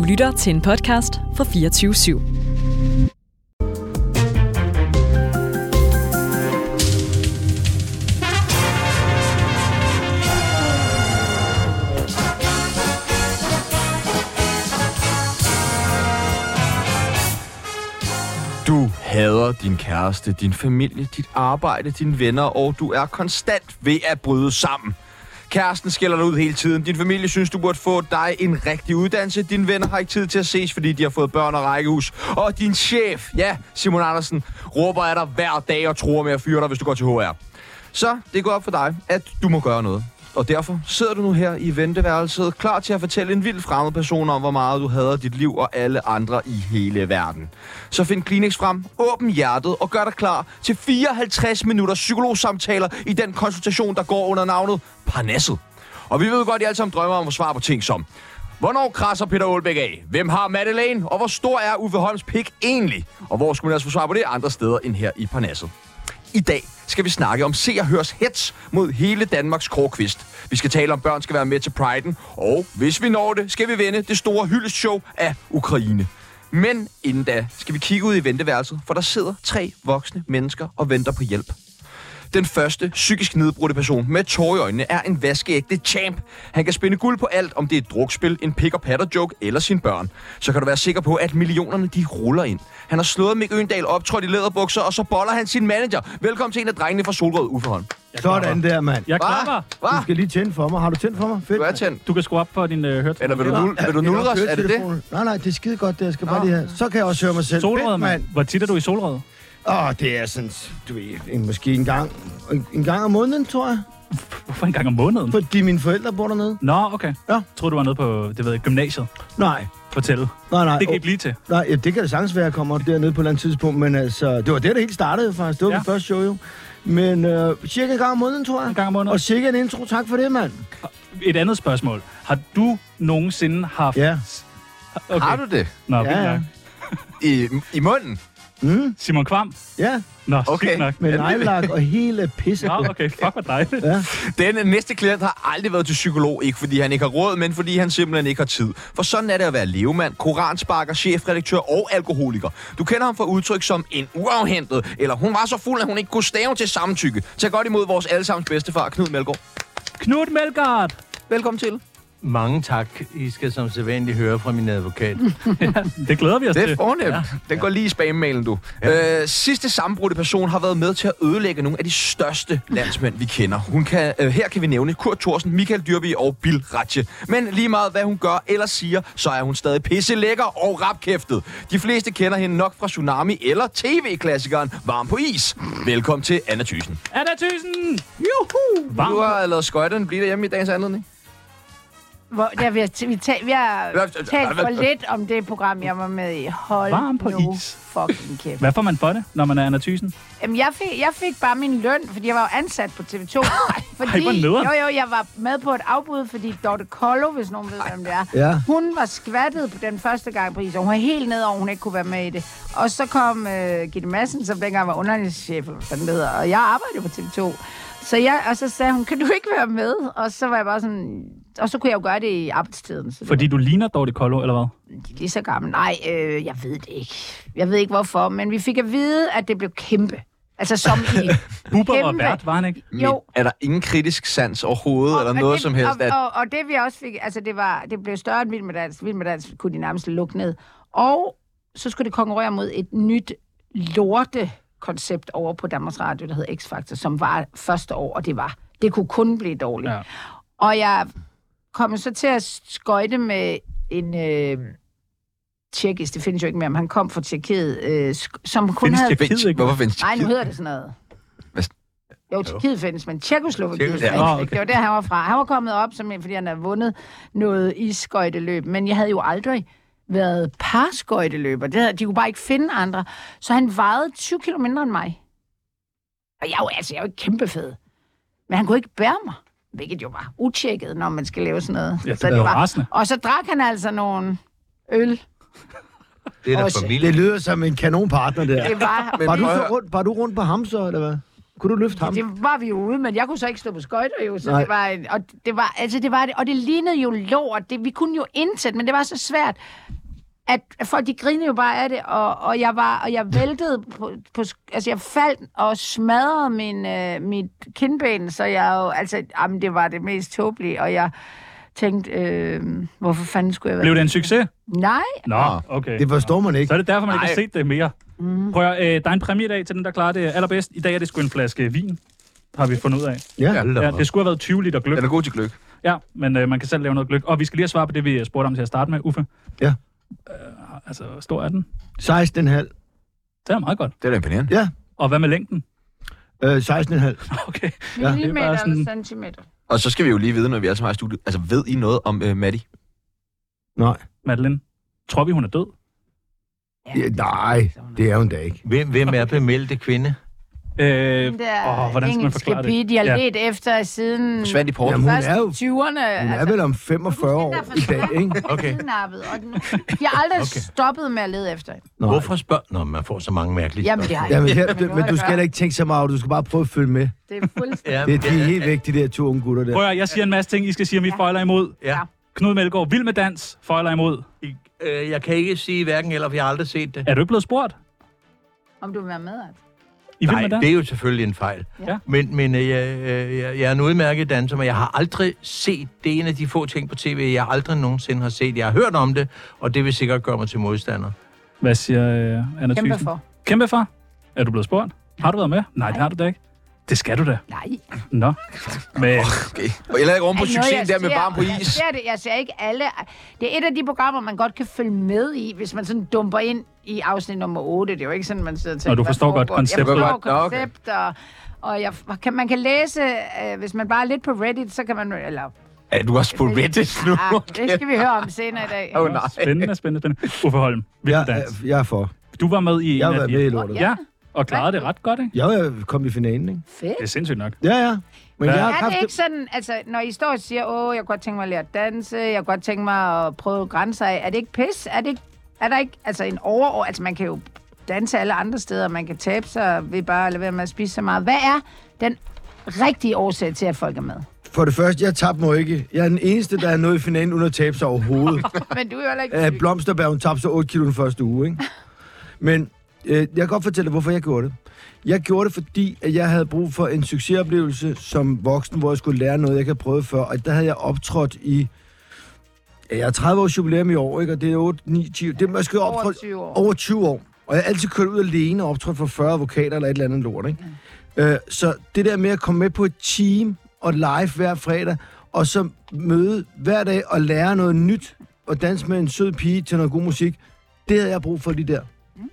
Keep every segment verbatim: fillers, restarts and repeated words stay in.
lytter til en podcast fra fireogtyve syv. Du hader din kæreste, din familie, dit arbejde, dine venner, og du er konstant ved at bryde sammen. Kæresten skælder dig ud hele tiden. Din familie synes, du burde få dig en rigtig uddannelse. Dine venner har ikke tid til at ses, fordi de har fået børn og rækkehus. Og din chef, ja, Simon Andersen, råber af dig hver dag og tror med at fyre dig, hvis du går til H R. Så det går op for dig, at du må gøre noget. Og derfor sidder du nu her i venteværelset, klar til at fortælle en vild fremmed person om, hvor meget du hader dit liv og alle andre i hele verden. Så find Kleenex frem, åbn hjertet og gør dig klar til fireoghalvtreds minutters psykologsamtaler i den konsultation, der går under navnet Parnasset. Og vi ved godt, at I alle sammen drømmer om at svare på ting som: hvornår krasser Peter Aalbæk af? Hvem har Madeleine? Og hvor stor er Uffe Holms pik egentlig? Og hvor skulle man altså få svar på det andre steder end her i Parnasset? I dag skal vi snakke om Se og Hørs hets mod hele Danmarks kråkvist. Vi skal tale om, børn skal være med til Priden, og hvis vi når det, skal vi vinde det store hyldestshow af Ukraine. Men inden da skal vi kigge ud i venteværelset, for der sidder tre voksne mennesker og venter på hjælp. Den første psykisk nedbrudte person med tårer i øjnene er en vaskeægte champ. Han kan spinde guld på alt, om det er et drukspil, en pick og patter joke eller sine børn. Så kan du være sikker på, at millionerne de ruller ind. Han har slået Mick Øgendahl optrådt i læderbukser, og så boller han sin manager. Velkommen til en af drengene fra Solrød, Uffe Holm. Sådan der, mand. Jeg klapper. Hva? Du skal lige tænde for mig. Har du tændt for mig? Fedt. Du er tændt. Du kan skrue op på din øh, høretelefon. Eller vil du, nul, vil du nulres? Er det det? Nej, nej, det er skide godt, det jeg skal bare lige have. Så kan jeg også høre mig selv. Solrød, mand. Hvor tit er du i Solrød? Åh, oh, det er sådan, du ved, en, måske en gang, en, en gang om måneden, tror jeg. Hvorfor en gang om måneden? Fordi mine forældre bor dernede. Nå, okay. Ja. Jeg troede, du var nede på, det ved jeg, gymnasiet. Nej. Fortæl. Nej, nej. Det kan oh, I blive til. Nej, ja, det kan det sagtens være, at jeg kommer dernede på et eller andet tidspunkt, men altså, det var det, der helt startede faktisk. Det var ja. Mit første show, jo. Men øh, cirka en gang om måneden, tror jeg. En gang om måneden. Og cirka en intro. Tak for det, mand. Et andet spørgsmål. Har du nogensinde haft... Ja. Okay. Har du det? Nå, ja, ja. I, I munden? Mm. Simon Kvam? Ja. Nå, okay. Nok. Med neglelak og hele pisse. Nå, okay. Fuck, hvor dejligt. Ja. Den næste klient har aldrig været til psykolog, ikke fordi han ikke har råd, men fordi han simpelthen ikke har tid. For sådan er det at være levemand, koransparker, chefredaktør og alkoholiker. Du kender ham fra udtryk som en uafhentet, eller hun var så fuld, at hun ikke kunne stave til samtykke. Tag godt imod vores allesammens bedstefar, Knud Melgaard. Knud Melgaard! Velkommen til. Mange tak. I skal som sædvanligt høre fra min advokat. Ja, det glæder vi os til. Det er fornemt. Ja. Den går lige i spammailen, du. Ja. Øh, sidste sammenbrudte person har været med til at ødelægge nogle af de største landsmænd, vi kender. Hun kan, øh, her kan vi nævne Kurt Thorsen, Michael Dyrby og Bill Ratche. Men lige meget hvad hun gør eller siger, så er hun stadig pisselækker og rapkæftet. De fleste kender hende nok fra Tsunami eller tv-klassikeren Varm på is. Velkommen til Anna Thyssen. Anna Thyssen! Juhu! Varm. Du har lavet skøjterne blive derhjemme i dagens anledning. Hvor, der, vi, har, vi, ta- vi har talt for lidt om det program, jeg var med i. Hold Varm på nu is. fucking kæft. Hvad får man for det, når man er Anna Thyssen? Jamen, jeg fik, jeg fik bare min løn, fordi jeg var jo ansat på T V to. Fordi, Ej, jo, jo, jeg var med på et afbud, fordi Dorte Kollo, hvis nogen ved, hvem det er, ja. Hun var skvattet på den første gang på is, og hun var helt ned over, hun ikke kunne være med i det. Og så kom øh, Gitte Madsen, som dengang var underholdningschef, eller hvad den hedder, og jeg arbejdede på T V to. Så jeg, og så sagde hun, kan du ikke være med? Og så var jeg bare sådan... Og så kunne jeg jo gøre det i arbejdstiden. Så Fordi du ligner Dorte Kollo, eller hvad? De er lige så gamle. Nej, øh, jeg ved det ikke. Jeg ved ikke hvorfor, men vi fik at vide, at det blev kæmpe. Altså som i Bubber var vært, var han ikke? Jo. Er der ingen kritisk sans overhovedet, og, eller og noget det, som helst? Og, at... og, og det vi også fik, altså det var, det blev større end Vild med Dans. Vild med Dans kunne de nærmest lukke ned. Og så skulle det konkurrere mod et nyt lorte koncept over på Danmarks Radio, der hed X-Factor, som var første år, og det var, det kunne kun blive dårligt. Ja. Og jeg kom så til at skøjte med en øh, tjekkisk, det findes jo ikke mere, men han kom fra Tjekkiet, øh, som kun findes havde... Findes ikke? Hvorfor findes Nej, nu hedder det sådan noget. Hvad? Jo, Tjekkiet findes, men Tjekkoslovakiet ja. findes ikke. Det var der, han var fra. Han var kommet op, som, fordi han havde vundet noget isskøjteløb, men jeg havde jo aldrig været parskøjteløber. Det havde, de kunne bare ikke finde andre. Så han vejede tyve kilo mindre end mig. Og jeg er jo, altså, jeg er jo ikke kæmpe fed. Men han kunne ikke bære mig. Hvilket jo var utjekket, når man skal lave sådan noget. Ja, det, så det var. Og så drak han altså nogle øl. Det er da familie. Det lyder som en kanonpartner, der. Det var... Var du, så rundt, var du rundt på ham så, eller hvad? Kunne du løfte ham? Det var vi jo ude, men jeg kunne så ikke stå på skøjter jo, så Nej. det var, en, og det var, altså det var det, og det lignede jo lort. Det, vi kunne jo indsætte, men det var så svært. at folk, de grinede jo bare af det, og, og jeg var, og jeg væltede på, på, altså jeg faldt og smadrede min, øh, mit kindben, så jeg jo, altså, jamen, det var det mest tåbelige, og jeg tænkte, øh, hvorfor fanden skulle jeg være... Blev det en succes? Nej. Nå, okay. Det forstår man ikke. Så er det derfor, man Nej. ikke har set det mere. Mm. Prøv at, øh, der er en præmie i dag til den, der klarer det allerbedst. I dag er det sgu en flaske vin, har vi fundet ud af. Ja. Ja, det skulle have været tyve liter gløgg. Den er god til gløgg. Ja, men øh, man kan selv lave noget gløgg. Og vi skal lige have svar på det, vi spurgte om til at starte med, Uffe. Ja. Øh, altså, hvor stor er den? seksten komma fem. Det er meget godt. Det er da imponerende. Ja. Og hvad med længden? Øh, seksten komma fem. Okay. Ja. Millimeter Det er sådan- eller centimeter. Og så skal vi jo lige vide, når vi er så meget i studiet. Altså, ved I noget om uh, Maddie? Nej. Madeleine, tror vi, hun er død? Ja, nej, det er hun da ikke. Hvem, hvem er bemeldte kvinde? Øh, Den der åh, hvordan skal man forklare det? pige, de har Ja. let efter siden Forsvandt i porten. Jamen, hun er jo først tyverne. hun er vel om femogfyrre år i dag, ikke? Okay. Kidnappet, og den, de har aldrig Okay. stoppet med at lede efter hende. Nej. Hvorfor spørger... Nå, man får så mange mærkelige Jamen, det har spørgsmål. Jamen, ikke her, med du, noget men du at skal gøre. da ikke tænke så meget over, du skal bare prøve at følge med. Det er fuldstændig... Ja, Det, de er helt væk, de der to unge gutter der. Prøv at, jeg siger en masse ting, I skal sige, om I for eller imod. Ja. Knud Melgaard, vild med dans, for eller imod. Øh, jeg kan ikke sige hverken eller, for jeg har aldrig set det. Er du ikke blevet spurgt? Om du vil være med, at... I vild Nej, med dans? det er jo selvfølgelig en fejl. Ja. Men, men øh, jeg, øh, jeg, jeg er en udmærket danser, men jeg har aldrig set... Det er en af de få ting på tv, jeg aldrig nogensinde har set. Jeg har hørt om det, og det vil sikkert gøre mig til modstander. Hvad siger øh, Anna Kæmpe Thyssen? for. Kæmpe for? Er du blevet spurgt? Har du været med? Nej, det har du da ikke. Det skal du da. Nej. Nå. Men Okay. Og jeg lader ikke oven på Er det noget, succesen jeg der med ser? varm på Jeg is. ser det, jeg ser ikke alle. Det er et af de programmer, man godt kan følge med i, hvis man sådan dumper ind i afsnit nummer otte. Det er jo ikke sådan, man sidder og tænker, Og du hvad forstår godt foregår? konceptet. Jeg forstår Nå, okay. koncept, og, og jeg, kan, man kan læse, øh, hvis man bare er lidt på Reddit, så kan man... Eller, Er du også på Reddit nu? ja, det skal vi høre om senere i dag. Åh, oh, nej. spændende, spændende, spændende. Uffe Holm, vild med Jeg, dans. jeg er for. Du var med i Jeg en har af været med i de... lortet. Ja. Ja, og klarede det ret godt, ikke? Jeg er kommet i finalen, ikke? Fedt. Det er sindssygt nok. Ja, ja. Men Ja. jeg har Er det haft ikke sådan, altså, når I står og siger, åh, jeg kunne godt tænke mig at lære at danse, jeg kunne godt tænke mig at prøve grænser af, er det ikke pis? Er, det ikke, er der ikke altså en over... Altså, man kan jo danse alle andre steder, man kan tabe sig ved bare at lade være med at spise så meget. Hvad er den rigtige årsag til, at folk er med? For det første, jeg tabte mig ikke. Jeg er den eneste, der er nået i finalen uden at tabe sig overhovedet. Men du er jo heller ikke Æ, syg. Blomsterberg, hun tabte sig otte kilo den første uge, ikke? Men øh, jeg kan godt fortælle dig, hvorfor jeg gjorde det. Jeg gjorde det, fordi at jeg havde brug for en succesoplevelse som voksen, hvor jeg skulle lære noget, jeg ikke havde prøvet før. Og der havde jeg optrådt i... Ja, jeg har tredive års jubilæum i år, ikke? Og det er otte, ni, ti... Det er måske Over optrådt tyve år. over tyve år. Og jeg har altid kørt ud alene og optrådt for fyrre advokater eller et eller andet lort, ikke? Øh, så det der med at komme med på et team og live hver fredag, og så møde hver dag og lære noget nyt, og danse med en sød pige til noget god musik, det havde jeg brug for lige der.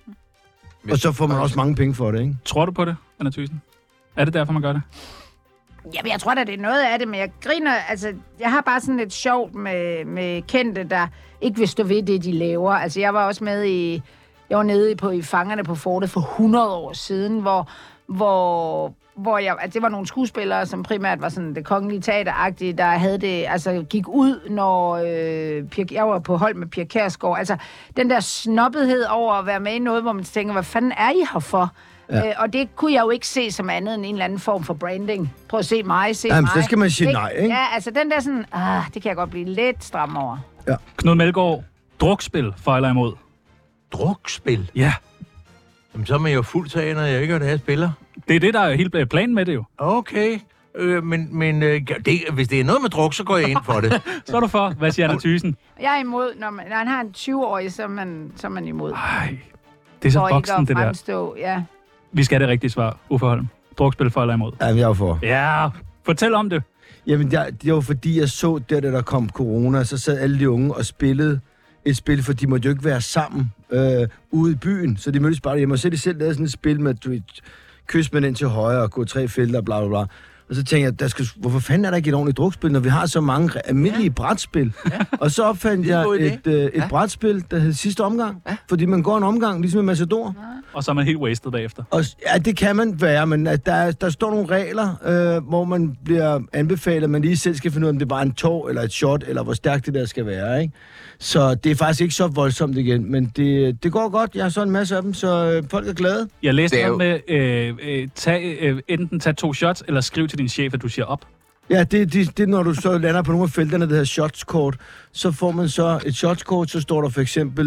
Og så får man også mange penge for det, ikke? Tror du på det, Anna Thyssen? Er det derfor, man gør det? Jamen, jeg tror da, det er noget af det, men jeg griner... Altså, jeg har bare sådan lidt sjovt med, med kendte, der ikke vil stå ved det, de laver. Altså, jeg var også med i... Jeg var nede på, i Fangerne på Fortet for hundrede år siden, hvor... hvor hvor jeg, altså det var nogle skuespillere, som primært var sådan det kongelige teateragtige, der havde det, altså gik ud, når øh, Pia, jeg var på hold med Pia Kjærsgaard. Altså den der snobbethed over at være med i noget, hvor man tænker, hvad fanden er I her for? Ja. Øh, og det kunne jeg jo ikke se som andet end en eller anden form for branding. Prøv at se mig, se Jamen, mig. så skal man sige nej, ikke? Ja, altså den der sådan, ah, det kan jeg godt blive lidt stram over. Knud Melgaard, drukspil, for eller imod? Drukspil? Ja. Jamen, så er man jo fuldt taget, når jeg ikke gør det her spiller. Det er det, der er helt planen med det jo. Okay. Øh, men men øh, det, hvis det er noget med druk, så går jeg ind for det. Så er du for. Hvad siger Anna Thyssen? Jeg er imod, når, man, når han har en tyve-årig, så er man, så er man imod. Ej, det er så For ikke voksen, at det der. fremstå, ja. Vi skal have det rigtige svar, Uffe Holm. Drukspil, for eller imod? Jamen, jeg er for. Ja, fortæl om det. Jamen, jeg, det var fordi, jeg så der, da der kom corona, så sad alle de unge og spillede et spil, for de måtte jo ikke være sammen øh, ude i byen, så de mødtes bare hjemme. Og så de selv lavede sådan et spil med, du kys med ind til højre og gå tre felter, bla bla bla. Og så tænkte jeg, der skal, hvorfor fanden er der ikke et ordentligt drukspil, når vi har så mange almindelige ja. brætspil? Ja. Og så opfandt jeg et, øh, et ja. brætspil, der hed Sidste Omgang. Ja. Fordi man går en omgang, ligesom i Matador. Ja. Og så er man helt wasted bagefter. Og, ja, det kan man være, men at der, der står nogle regler, øh, hvor man bliver anbefalet, at man lige selv skal finde ud af, om det er bare en tår eller et shot, eller hvor stærkt det der skal være, ikke? Så det er faktisk ikke så voldsomt igen, men det, det går godt. Jeg har så en masse af dem, så øh, folk er glade. Jeg læste Det er noget med, øh, øh, tag, øh, enten tage to shots, eller skriv til din chef, at du siger op. Ja, det, det, det når du så lander på nogle af felterne, der hedder shotskort, så får man så et shotskort, så står der for eksempel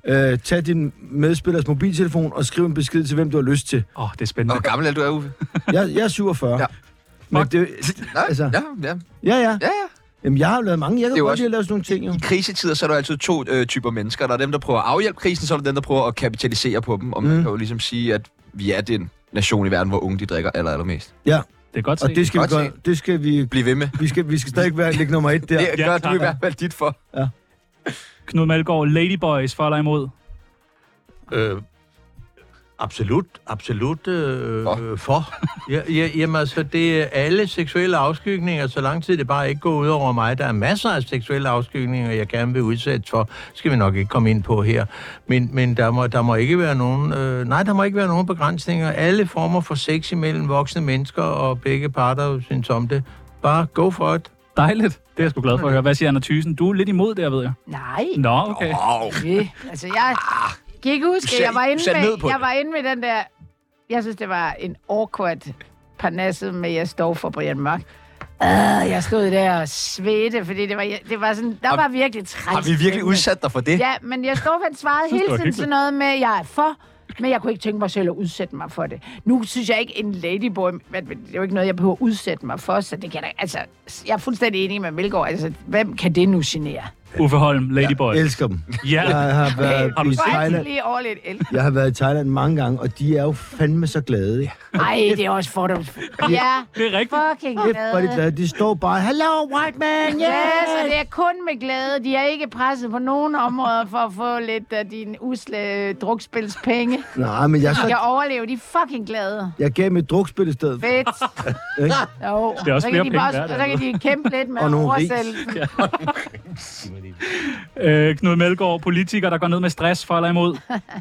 Øh, tag din medspillers mobiltelefon og skriv en besked til, hvem du har lyst til. Åh, oh, det er spændende. Hvor gammel er du, er, Uffe? Jeg, jeg er syvogfyrre. Ja. Men det, Nej, altså, ja, ja. ja, ja. Ja, ja. Jamen, jeg har jo lavet mange. Jeg kan Det er jo godt også- lide at lave sådan nogle ting, jo. I krisetider, så er der altid to øh, typer mennesker. Der er dem, der prøver at afhjælpe krisen, så er der dem, der prøver at kapitalisere på dem. Og man Mm. kan jo ligesom sige, at vi er den nation i verden, hvor unge de drikker aller, allermest. Ja, Det er godt og set. det skal vi Godt gøre. set. Det skal vi... Bliv ved med. Vi skal, vi skal stadig være ligge nummer et der. Det Ja, gør tak. du i hvert fald dit for. Knud Melgaard, Ladyboys, for eller imod? Øh, absolut, absolut øh, For. for. for. Ja, ja, jamen altså, det er alle seksuelle afskygninger, så lang tid det bare ikke går ud over mig. Der er masser af seksuelle afskygninger, jeg gerne vil udsætte for. Skal vi nok ikke komme ind på her. Men, men der, må, der må ikke være nogen... Øh, nej, der må ikke være nogen begrænsninger. Alle former for sex imellem voksne mennesker, og begge parter synes om det. Bare go for it. Dejligt. Det er jeg sgu glad for at høre. Hvad siger Anna Thyssen? Du er lidt imod det, ved jeg. Nej. Nå, okay. Wow. Okay. Altså, jeg kan ikke huske, Du ser- jeg var du inde ser med, ned på jeg det. var inde med den der... Jeg synes, det var en awkward parnasset med, jeg står for Brian Mørk. Uh, jeg stod der og svedte, fordi det var, det var sådan... Der Har- var virkelig træls. Har vi virkelig udsat dig for det? Ja, men jeg stod for svarede synes, det hele var tiden hyggeligt. sådan noget med, jeg er for, men jeg kunne ikke tænke mig selv at udsætte mig for det. Nu synes jeg ikke, en ladyboy, men det er jo ikke noget, jeg behøver at udsætte mig for, så det kan da, altså, jeg er fuldstændig enig med Melgaard, altså, hvem kan det nu genere? Uffe Holm, Ladyboys. Jeg elsker dem. Ja. Jeg har været Har du i set Hvor er de Thailand. lige overligt el? Jeg har været i Thailand mange gange, og de er jo fandme så glade. Ikke? Ej, det er også fordomsfuldt. Ja, Det er rigtigt. fucking Kæft, hvor er de glade. glade. De står bare, hello, white man, Ja, yeah! så det er kun med glæde. De er ikke presset på nogen områder for at få lidt af din usle drukspilspenge. Nej, men jeg, De så, kan overleve. De er fucking glade. jeg gav dem et drukspil i stedet. Fedt. Ikke? Jo. Det er også så flere kan de penge bare, værd, så kan de kæmpe lidt med Og nogle ris. oversættelsen. Øh, Knud Melgaard, politiker, der går ned med stress, for eller imod?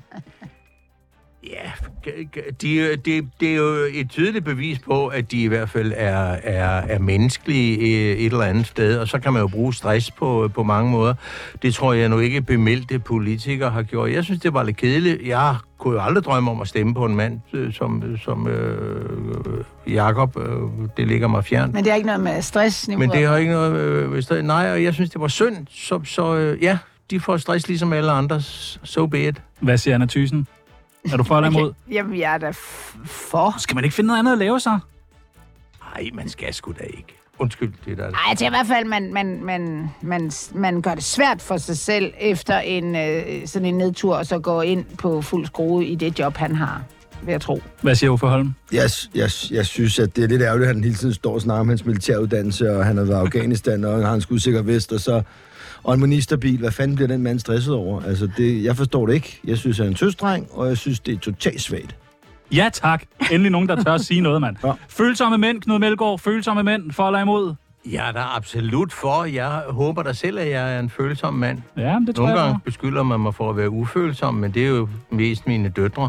Ja, g- g- de, de, det er jo et tydeligt bevis på, at de i hvert fald er, er, er menneskelige et eller andet sted, og så kan man jo bruge stress på, på mange måder. Det tror jeg nu ikke bemeldte politikere har gjort. Jeg synes, det var lidt kedeligt. Jeg kunne jo aldrig drømme om at stemme på en mand øh, som, som øh, Jakob. Øh, det ligger mig fjernt. Men det er ikke noget med stress. Men det har ikke noget... Øh, hvis der, nej, og jeg synes, det var synd. Så, så øh, ja, de får stress ligesom alle andre. So be it. Hvad siger Anna Thyssen? Er du for eller imod? Jamen, jeg er da f- for. Skal man ikke finde noget andet at lave sig? Nej, man skal sgu da ikke. Undskyld, det der... Ej, jeg tænker i hvert fald, man, man, man, man, man gør det svært for sig selv efter en øh, sådan en nedtur, og så går ind på fuld skrue i det job, han har, vil jeg tro. Hvad siger Uffe Holm? Jeg, jeg, jeg synes, at det er lidt ærgerligt, at han hele tiden står og snakker om hans militæruddannelse, og han har været i Afghanistan, og han har en skudsikker vest, og så og en ministerbil. Hvad fanden bliver den mand stresset over? Altså, det, jeg forstår det ikke. Jeg synes, han er en søstreng, og jeg synes, det er totalt svagt. Ja, tak. Endelig nogen, der tør at sige noget, mand. Ja. Følsomme mænd, Knud Melgaard. Følsomme mænd, for eller imod? Jeg er da absolut for. Jeg håber da selv, at jeg er en følsom mand. Ja, det tror Nogle jeg. gange beskylder man mig for at være ufølsom, men det er jo mest mine døtre.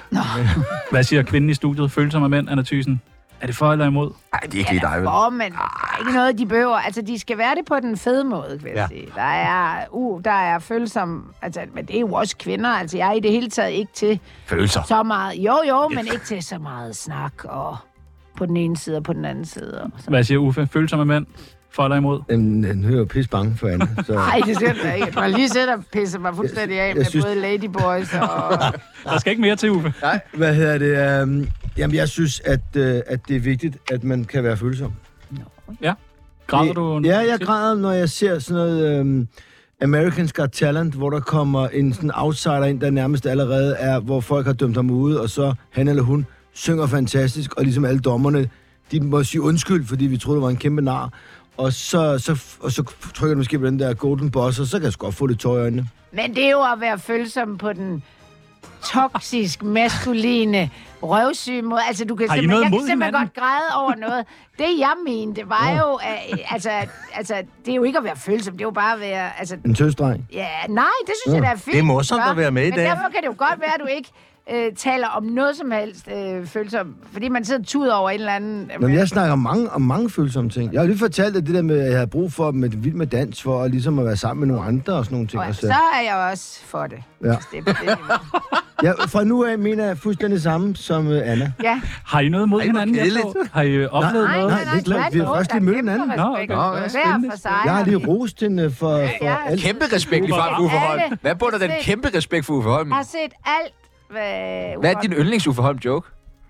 Hvad siger kvinden i studiet? Følsomme mænd, Anna Thyssen. Er det for eller imod? Nej, det er ikke lige dig, vel? Åh, men der er ikke noget, de behøver. Altså, de skal være det på den fede måde, vil jeg Ja. sige. Der er, uh, der er følsom... Altså, men det er jo også kvinder. Altså, jeg er i det hele taget ikke til Følelser. så meget... Jo, jo, men ikke til så meget snak og på den ene side og på den anden side. Og så. Hvad siger Uffe? Følsomme mænd, for eller imod? Jamen, han hører jo pis bange for Anne. Så. Nej, det siger jeg ikke. Du har lige set og pisset mig fuldstændig af Jeg med synes- både Ladyboys og... Der skal ikke mere til, Uffe. Hvad hedder det? Um, jamen, jeg synes, at, uh, at det er vigtigt, at man kan være følsom. Ja. Græder du? Ja, jeg græder, når jeg ser sådan noget um, American's Got Talent, hvor der kommer en sådan outsider ind, der nærmest allerede er, hvor folk har dømt ham ude, og så han eller hun synger fantastisk, og ligesom alle dommerne, de må sige undskyld, fordi vi troede, det var en kæmpe nar. Og så, så, og så trykker du måske på den der golden boss, og så kan jeg sgu godt få lidt tår i øjnene. Men det er jo at være følsom på den toksisk, maskuline, røvsyge måde. Altså, du kan Har I simpelthen, noget jeg kan mod simpelthen hinanden? godt græde over noget. Det, jeg mente, var Ja. jo, at, altså, altså, det er jo ikke at være følsom, det er jo bare at være, altså, En tøsdreng. ja, nej, det synes Ja. jeg, der er fint. Det er morsomt Ja, at være med i men dag. derfor kan det jo godt være, at du ikke øh, taler om noget som helst øh, følsom, fordi man sidder tud over en eller anden... Nå, men jeg snakker om mange, om mange følsomme ting. Jeg har lige fortalt dig det der med, at jeg havde brug for med Vild med Dans, for at, ligesom at være sammen med nogle andre og sådan nogle ting. Og Og så, så er jeg også for det. Ja. Hvis det er på det niveau. Ja, fra nu af mener jeg fuldstændig samme som uh, Anna. Ja. Har I noget mod Ej, hvor hinanden? Jeg kedeligt. tror? Har I oplevet Nej, noget? nej, det er klart. Vi har først lige mødt hinanden. Nå, Nå, okay. Nå, Hver spændende. for sig. Jeg har lige rost hende for, for Ja. alt. Kæmpe respekt lige fra Uffe Holm. Alle. Hvad bunder den kæmpe respekt for Uffe Holm? Jeg har set alt, hvad... Hvad er din yndlings Uffe Holm joke?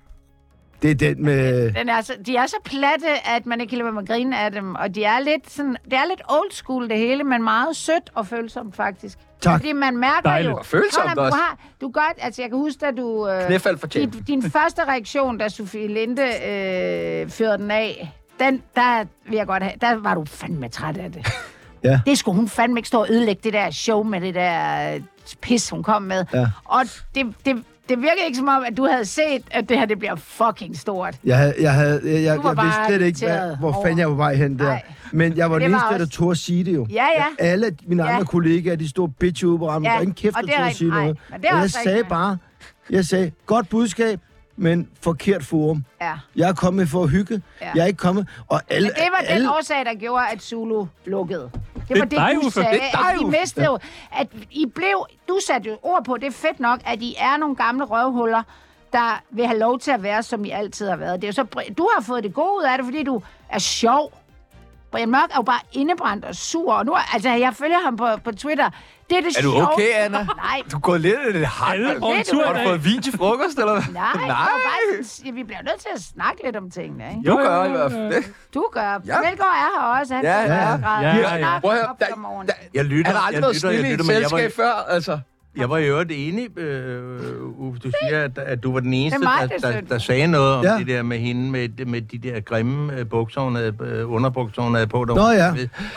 Det er den med... Den er så, de er så platte, at man ikke kan lade være med at grine af dem. Og de er lidt sådan, det er lidt old school det hele, men meget sødt og følsomt faktisk. Tak. Fordi man mærker Dejligt. jo... Og følsomt Kom, du også. har, du gør, altså jeg kan huske, at du... Øh, Knæfald fortjent. din, din første reaktion, da Sofie Linde øh, førte den af, den, der vil jeg godt have, der var du fandme træt af det. Ja. Det skulle hun fandme ikke stå og ødelægge det der show med det der øh, pis, hun kom med. Ja. Og det, det, det virker ikke som om, at du havde set, at det her det bliver fucking stort. Jeg, havde, jeg, havde, jeg, jeg, Du var jeg bare vidste slet ikke, hvad, irriteret hvor over- fanden jeg var på vej hen der. Nej. Men jeg var Det den var eneste, der også- turde sige det jo. Ja, ja. Alle mine Ja. andre kollegaer, de stod bitch ude på rammen. Ja, Der var ingen kæft, og der det er turde rigtigt. sige Nej, noget. men det er Og jeg også sagde rigtigt. bare, jeg sagde, godt budskab, men forkert forum. Ja. Jeg er kommet for at hygge. Ja. Jeg er ikke kommet. Og alle, Men det var den alle, årsag, der gjorde, at Zulu lukkede. Det er var det, dig, du Uffe. sagde, Det er dig, at de Uffe. mistede jo, at I blev, du satte jo ord på, det er fedt nok, at I er nogle gamle røvhuller, der vil have lov til at være, som I altid har været. Det er jo så, du har fået det gode ud af det, fordi du er sjov. Brian Mørk er jo bare indebrændt og sur, og nu, altså, jeg følger ham på, på Twitter. Det er det Er du sjove. okay, Anna? Nej, Du går lidt i det Alle hak. får en Det er tur du. i Har du dag. fået vin til frokost, eller hvad? nej, det Nej. var bare sådan, ja, vi bliver nødt til at snakke lidt om tingene, ikke? Du gør i hvert fald. Du gør. Ja. Ja. Velgaard er her også. Han Ja, ja, ja, ja. ja, ja, ja. Prøv at høre, der, der, Jeg lytter, han har aldrig jeg været lytter, jeg snille i lytter, et men jeg var, selskab før, altså. jeg var i øvrigt enig, øh, Uffe, du siger, at, at du var den eneste, Det er mig, der, det er der, synd. der sagde noget om Ja. ja. det der med hende, med, med de der grimme øh, bukser, hun havde, øh, underbukser, hun havde på. Der Nå var- ja.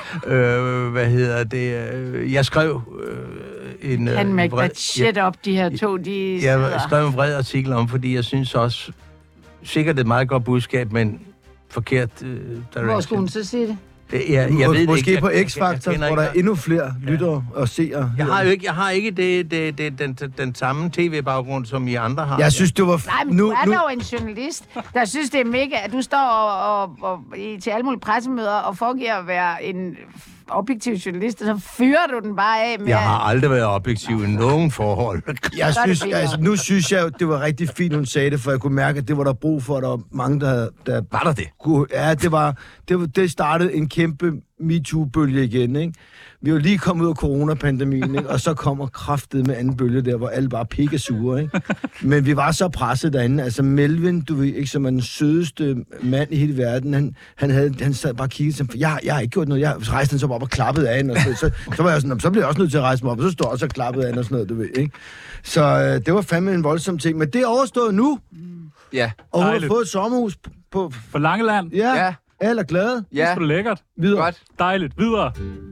Øh, hvad hedder det? øh, Jeg skrev øh, en... Han øh, make vred- that shit up, de her to, de Jeg sidder. skrev en vred artikel om, fordi jeg synes også, sikkert et meget godt budskab, men forkert uh, direction. Hvor skulle hun så sige det? Det, jeg, jeg ved det Måske ikke. på Jeg- jeg- X-Factor, jeg kender hvor der er ikke- endnu flere lyttere og seere. Jeg har jo ikke, jeg har ikke det, det, det, den, den, den samme tv-baggrund, som I andre har. Jeg synes, det var... Nej, men nu, du er nu, dog en journalist, der synes, det er mega, at du står og, og, og i, til alle mulige pressemøder og foregiver at være en objektiv journalist, og så fyrer du den bare af med... Jeg har aldrig været objektiv i nogen forhold. Jeg Så er det synes, fint altså, nu synes jeg, jo, det var rigtig fint, hun sagde det, for jeg kunne mærke, at det var der brug for, at der var mange, der... der Var der det? kunne, ja, det var, det var... Det startede en kæmpe MeToo-bølge igen, ikke? Vi var lige kommet ud af coronapandemien, ikke? Og så kommer kraftet med anden bølge der, hvor alle bare pikker sure, ikke? Men vi var så presset derinde. Altså Melvin, du ved ikke, som er den sødeste mand i hele verden, han, han, havde, han sad bare og kiggede som, jeg, jeg har ikke gjort noget. Jeg rejste han så op og klappede af hende, og så, så, så var jeg sådan, så blev jeg også nødt til at rejse mig op, og så stod jeg også og klappede af hende og sådan noget, du ved, ikke? Så øh, det var fandme en voldsom ting. Men det er overstået nu, Ja. og hun har Dejligt. fået et sommerhus på... på For Langeland. ja, Ja. ja, alle er glade. Det Ja, er sgu da lækkert. Videre. godt. Dejligt. Videre.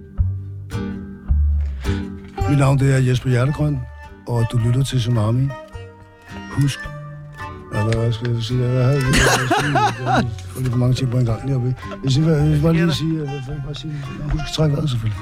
Mit navn det er Jesper Hjertegrøn, og du lytter til Tsunami. Husk. Ja, hvad skal jeg sige? Jeg havde jeg får lidt for mange ting på en gang lige oppe. Jeg siger, hvad, jeg vil bare lige sige, hvad fanden bare sige. Husk at trække vejret selvfølgelig.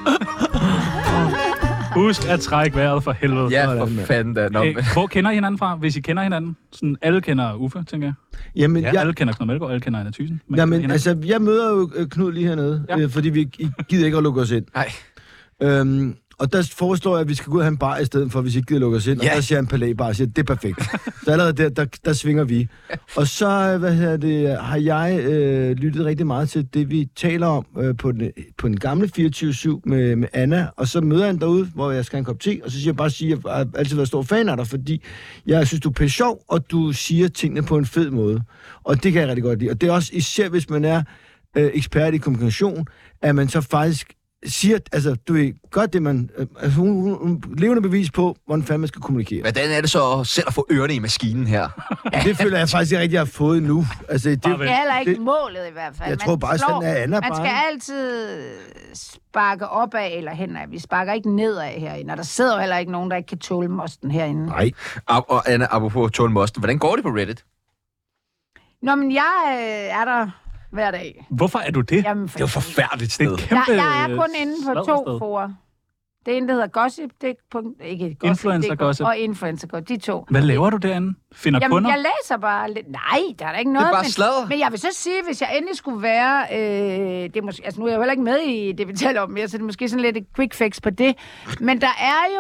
Husk at trække vejret for helvede. Ja, for fanden da. Nå, Æ, men, hvor kender I hinanden fra? Hvis I kender hinanden. Sådan, alle kender Uffe, tænker jeg. Jamen, Ja, jeg, alle kender Knud Melgaard, alle kender Anna Thyssen. Men jamen, hinanden. altså, jeg møder jo øh, Knud lige hernede, Ja. ja. øh, fordi vi I gider ikke at lukke os ind. nej. Øhm, og der foreslår jeg, at vi skal gå ud og have en bar i stedet for, hvis I ikke gider lukke os ind. Ja. Og der siger jeg en palæbar og siger, det er perfekt. Så allerede der, der, der svinger vi. Og så, øh, hvad hedder det, har jeg øh, lyttet rigtig meget til det, vi taler om øh, på, den, på den gamle fireogtyve syv med, med Anna. Og så møder jeg hende derude, hvor jeg skal have en kop te, og så siger jeg bare, at jeg har altid været stor fan af dig, fordi jeg synes, du er pisse sjov, og du siger tingene på en fed måde. Og det kan jeg rigtig godt lide. Og det er også især, hvis man er øh, ekspert i kommunikation, at man så faktisk siger, altså, du ved, godt det, man... Øh, altså, hun, hun, hun levende bevis på, hvordan fanden man skal kommunikere. Hvordan er det så selv at få ørerne i maskinen her? Det føler jeg faktisk ikke rigtig, jeg har fået nu. Altså, det, Bare vent. Det er heller ikke det- målet i hvert fald. Jeg Man tror bare, slår- sådan er Anna Man bare. skal altid sparke opad eller henad. Vi sparker ikke nedad herinde, og der sidder jo heller ikke nogen, der ikke kan tåle mosten herinde. Nej. Og, og Anna, apropos Tone Mosten, hvordan går det på Reddit? Nå, men jeg øh, er der hver dag. Hvorfor er du det? Jamen, Det er jo et forfærdeligt Det er sted. et kæmpe jeg, jeg er kun inde på sladdersted. to forer. Det ene, der hedder Gossip, det er punkt, ikke Gossip, Influencer det er, Gossip. og Influencer Gossip, de to. Hvad laver du derinde? Finder Jamen, kunder? jeg læser bare lidt. Nej, der er da ikke noget. bare men, sladder. men jeg vil så sige, hvis jeg endelig skulle være... Øh, det er måske, altså, nu er jeg jo heller ikke med i det, vi taler om mere, så det er måske sådan lidt et quick fix på det. Men der er jo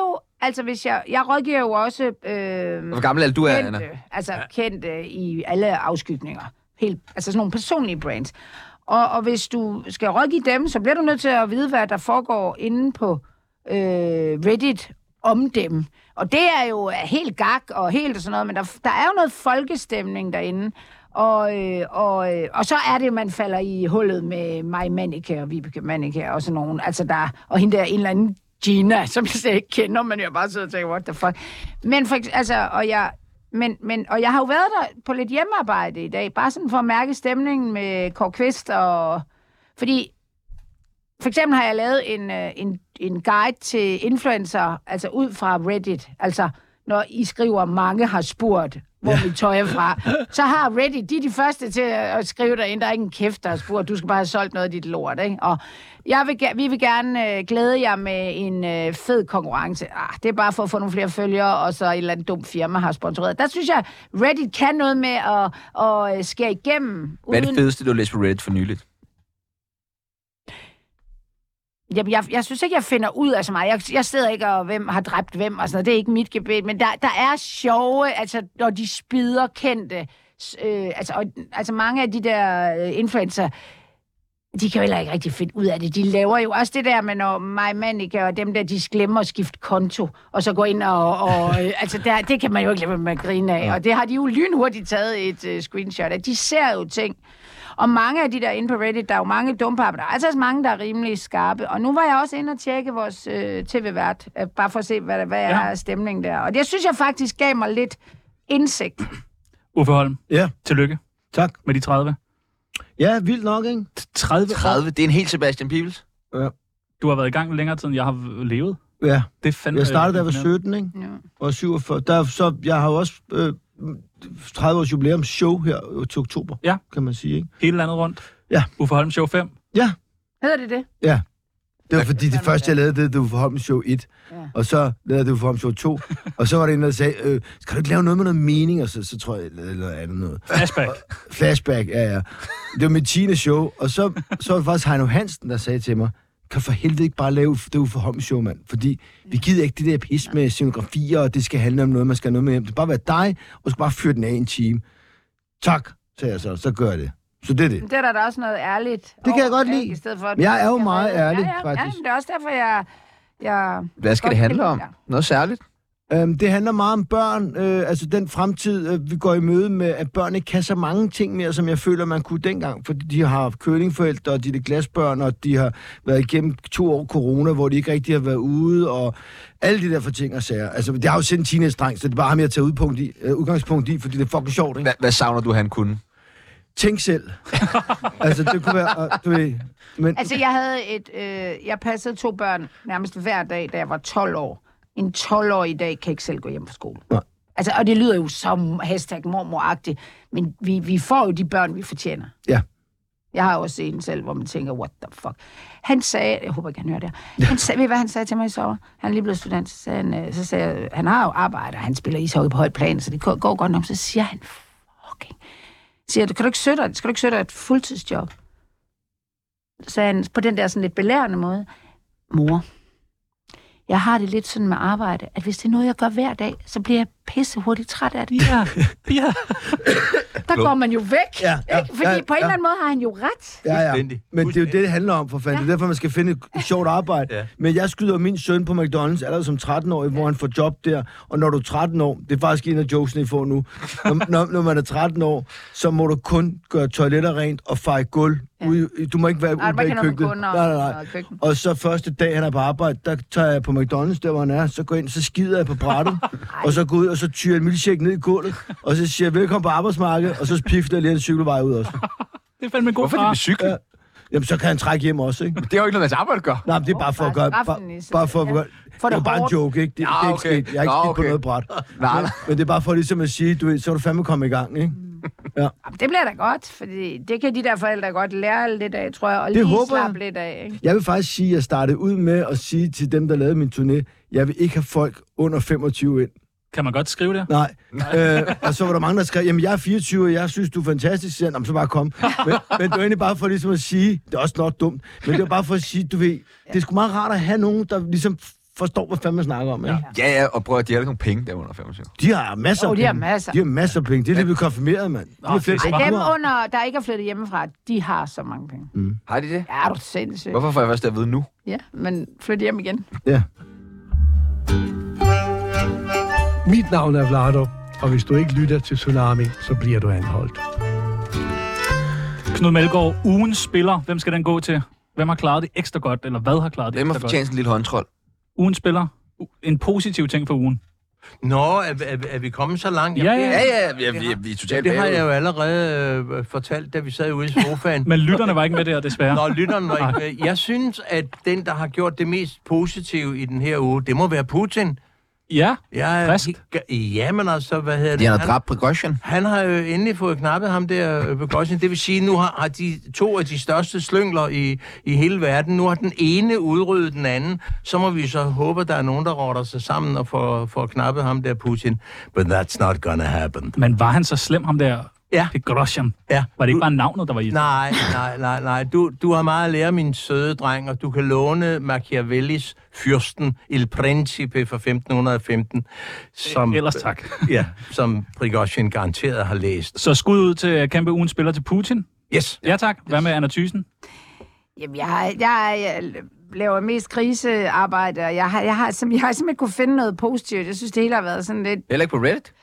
altså hvis jeg... Jeg rådgiver jo også... Øh, Hvor gammel er du, er, Anna? Altså kendt øh, i alle afskygninger. Helt, altså sådan nogle personlige brands. Og, og hvis du skal rådgive dem, så bliver du nødt til at vide, hvad der foregår inde på øh, Reddit om dem. Og det er jo helt gak og helt sådan noget, men der, der er jo noget folkestemning derinde. Og, øh, og, øh, og så er det, man falder i hullet med Maj Manike og Vibeke Manike og sådan nogen. Altså der, og hende der en eller anden Gina, som jeg slet ikke kender, men jeg bare sidder og tænker, what the fuck. Men for, altså, og jeg... Men, men, og jeg har jo været der på lidt hjemmearbejde i dag, bare sådan for at mærke stemningen med Kåre Kvist og... Fordi, for eksempel har jeg lavet en, en, en guide til influencer, altså ud fra Reddit. Altså, når I skriver, mange har spurgt, hvor mit tøj er fra, så har Reddit, de er de første til at skrive derinde, der er ikke en kæft, der har spurgt, du skal bare have solgt noget af dit lort, ikke? Og jeg vil, vi vil gerne øh, glæde jer med en øh, fed konkurrence. Ah, det er bare for at få nogle flere følgere, og så et eller andet dumt firma har sponsoreret. Der synes jeg, Reddit kan noget med at, at skære igennem. Hvad er det fedeste, du har læst på Reddit for nyligt? Jamen, jeg, jeg synes ikke, jeg finder ud af så meget. Jeg, jeg sidder ikke og, hvem har dræbt hvem og sådan noget. Det er ikke mit gebet. Men der, der er sjove, altså, når de spider kendte. Øh, altså, og, altså, mange af de der øh, influencer, de kan jo heller ikke rigtig finde ud af det. De laver jo også det der med, når Maj Manike og dem der, de glemmer at skifte konto, og så gå ind og... og øh, altså, der, det kan man jo ikke lade med at grine af. Og det har de jo lynhurtigt taget et øh, screenshot af. De ser jo ting. Og mange af de der inde på Reddit, der er jo mange dumpapper. Der er altså også mange, der er rimelig skarpe. Og nu var jeg også inde og tjekke vores øh, tv-vært, øh, bare for at se, hvad, hvad ja. er stemningen der. Og det synes jeg faktisk gav mig lidt indsigt. Uffe Holm, Ja, tillykke tak. med de tredive. Ja, vildt nok, ikke? tredive? tredive, det er en helt Sebastian Pibels. Ja. Du har været i gang længere tid, end jeg har levet. Ja, Det er fandme... jeg startede, da jeg var sytten, ikke? Ja. Og syvogfyrre. Der, så jeg har jo også øh, tredive års jubilæumsshow her til oktober, Ja. kan man sige, ikke? Hele landet rundt. Ja. Uffe Holm Show fem. Ja, Hedder det det? ja. Det var fordi, det første, jeg lavede, det, det var for Holm Show et. Ja. Og så lavede det for Holm Show to. Og så var det en, der sagde, øh, skal du ikke lave noget med noget mening? Og så, så tror jeg, jeg lavede noget andet noget. Flashback. Flashback, ja, ja. Det var mit tiende show. Og så, så var det faktisk Heino Hansen, der sagde til mig, kan for helvede ikke bare lave det for Holm Show, mand? Fordi vi gider ikke det der pis med scenografier, og det skal handle om noget, man skal have noget med hjem. Det skal bare være dig, og du skal bare fyre den af en time. Tak, sagde jeg så. Så gør jeg det. Så det er det. Det er der da også noget ærligt. Det kan jeg over, godt ikke? lide. I stedet for, at Men jeg er jo skal meget redde- ærlig, ja, ja, faktisk. Ja, men det er også derfor, jeg... jeg Hvad skal godt det handle kan om? lide dig. Noget særligt? Øhm, det handler meget om børn, øh, altså den fremtid, øh, vi går i møde med, at børn ikke kan så mange ting mere, som jeg føler, man kunne dengang, fordi de har kølingforældre, og de er glasbørn, og de har været igennem to år corona, hvor de ikke rigtig har været ude, og alle de der for ting og sager. Altså, det har jo sendt en teenage-dreng, så det er bare ham, jeg tager udpunkt i, øh, udgangspunkt i, fordi det er fucking sjovt, ikke? Hva, hvad savner du, han kunne? Tænk selv. Altså, det kunne være, og, du ved, men... Altså, jeg havde et... Øh, jeg passede to børn nærmest hver dag, da jeg var tolv år. En tolv-årig i dag kan ikke selv gå hjem fra skole. Nej. Altså, og det lyder jo som hashtag mormor-agtigt, men vi, vi får jo de børn, vi fortjener. Ja. Jeg har også en selv, hvor man tænker, what the fuck. Han sagde, jeg håber ikke, han hører det her. Han sagde, ved I, hvad han sagde til mig i sommer? Han er lige blevet student, så sagde han, øh, så sagde jeg, han har jo arbejde, og han spiller ishockey på højt plan, så det går godt nok. Så siger han, fucking, siger du, kan du ikke søge dig, skal du ikke søge dig et fuldtidsjob? Så sagde han på den der sådan lidt belærende måde, mor, jeg har det lidt sådan med arbejde, at hvis det er noget, jeg gør hver dag, så bliver jeg pisse hurtigt træt af det. Ja, ja. Der går man jo væk, Ja, ja, ikke? Fordi ja, på en ja. eller anden måde har han jo ret. Ja, ja. Fuldstændig. Men det er jo det, det handler om, for fanden. Det er derfor, man skal finde et sjovt arbejde. Ja. Men jeg skyder min søn på McDonald's allerede som tretten-årig, hvor han får job der. Og når du er tretten år, det er faktisk en af jokesene, I får nu. Når, når, når man er tretten år, så må du kun gøre toiletter rent og feje gulv. Ja. Ude, du må ikke være Nej, ude man bag kan noget med køkkenet. kunder Nej, nej, og køkken. Og så første dag, han er på arbejde, der tager jeg på McDonald's, der hvor han er. Så går jeg ind, så skider jeg på brættet. Og så går ud, og så tyrer jeg en milkshake ned i gulvet. Og så siger jeg, velkommen på arbejdsmarkedet. Og så pifter jeg lige en cykelvej ud også. Det er fandme en god Hvorfor er det far. med cykel? Ja. Jamen, så kan han trække hjem også, ikke? Det har jo ikke noget med hans arbejde at gøre. Nej, men det er bare for at gøre... Bare, bare for at gøre... For Det det er bare en hårdt. joke, ikke? Det, Ja, det er ikke okay. sket. Jeg har ikke Nå, skidt på okay. noget bræt. Nej, Men, nej. men det er bare for ligesom at sige, du ved, så er du fandme kommet i gang, ikke? Ja. Jamen, det bliver da godt, fordi det kan de der forældre godt lære lidt af, tror jeg, og Det lige håber slappe jeg. lidt af. Ikke? Jeg vil faktisk sige, at jeg startede ud med at sige til dem, der lavede min turné, jeg vil ikke have folk under femogtyve ind. Kan man godt skrive det? Nej. øh, og så var der mange, der skrev, jamen jeg er fireogtyve, og jeg synes, du er fantastisk. Så, jamen, så bare kom. Men, men det var egentlig bare for ligesom at sige, det er også nok dumt, men det var bare for at sige, du ved, det er sgu meget rart at have nogen, der ligesom forstår, hvad fanden man snakker om. Ikke? Ja, ja, og prøv at de har ikke nogen penge der under femogtyve. De har masser Jo, af de penge. har masser. De har masser af penge. Det er lige blevet konfirmeret, mand. De har flere det er penge. Ej, dem Du har. under, der ikke er flyttet hjemmefra, de har så mange penge. Mm. Har de det? Ja, er du sindssygt. Hvorfor får jeg først det at vide nu? Ja, men flyt hjem igen. Ja. Mit navn er Vlado, og hvis du ikke lytter til Tsunami, så bliver du anholdt. Knud Melgaard, ugens spiller, hvem skal den gå til? Hvem har klaret det ekstra godt, eller hvad har klaret det Hvem har ekstra godt? fortjent en lille håndtrol? Ugens spiller, en positiv ting for ugen. Nå, er, er, er vi kommet så langt? Ja, ja. Ja, ja, vi er, vi er, vi er Ja, totalt det har jeg bagud. jo allerede øh, fortalt, da vi sad ude i sofaen. Men lytterne var ikke med der, desværre. Nå, lytteren var ikke med. Jeg synes, at den, der har gjort det mest positive i den her uge, det må være Putin. Ja, Jeg er frisk. helt- Ja, men altså, hvad hedder det? De har Han- dræbt Prigozhin. Han har jo endelig fået knappet ham der på Goshen. Det vil sige, nu har, har de to af de største slyngler i, i hele verden. Nu har den ene udryddet den anden. Så må vi så håbe, at der er nogen, der rotter sig sammen og får, får knappet ham der Putin. But that's not gonna happen. Men var han så slem, ham der? Ja. Det Grosjean. Ja. Var det ikke bare navnet, der var i det? Nej, nej, nej, nej. Du, du har meget at lære, min søde dreng, og du kan låne Machiavellis Fyrsten Il Principe fra femten femten, som, Ellers tak. ja, som Prigozhin garanteret har læst. Så skud ud til kæmpe ugens spiller til Putin. Yes. Ja tak. Hvad med Anna Thyssen? Jamen, jeg, har- jeg, jeg laver mest krisearbejde, og jeg har, jeg, har, sim- jeg har simpelthen kunne finde noget positivt. Jeg synes, det hele har været sådan lidt... Heller ikke på Reddit?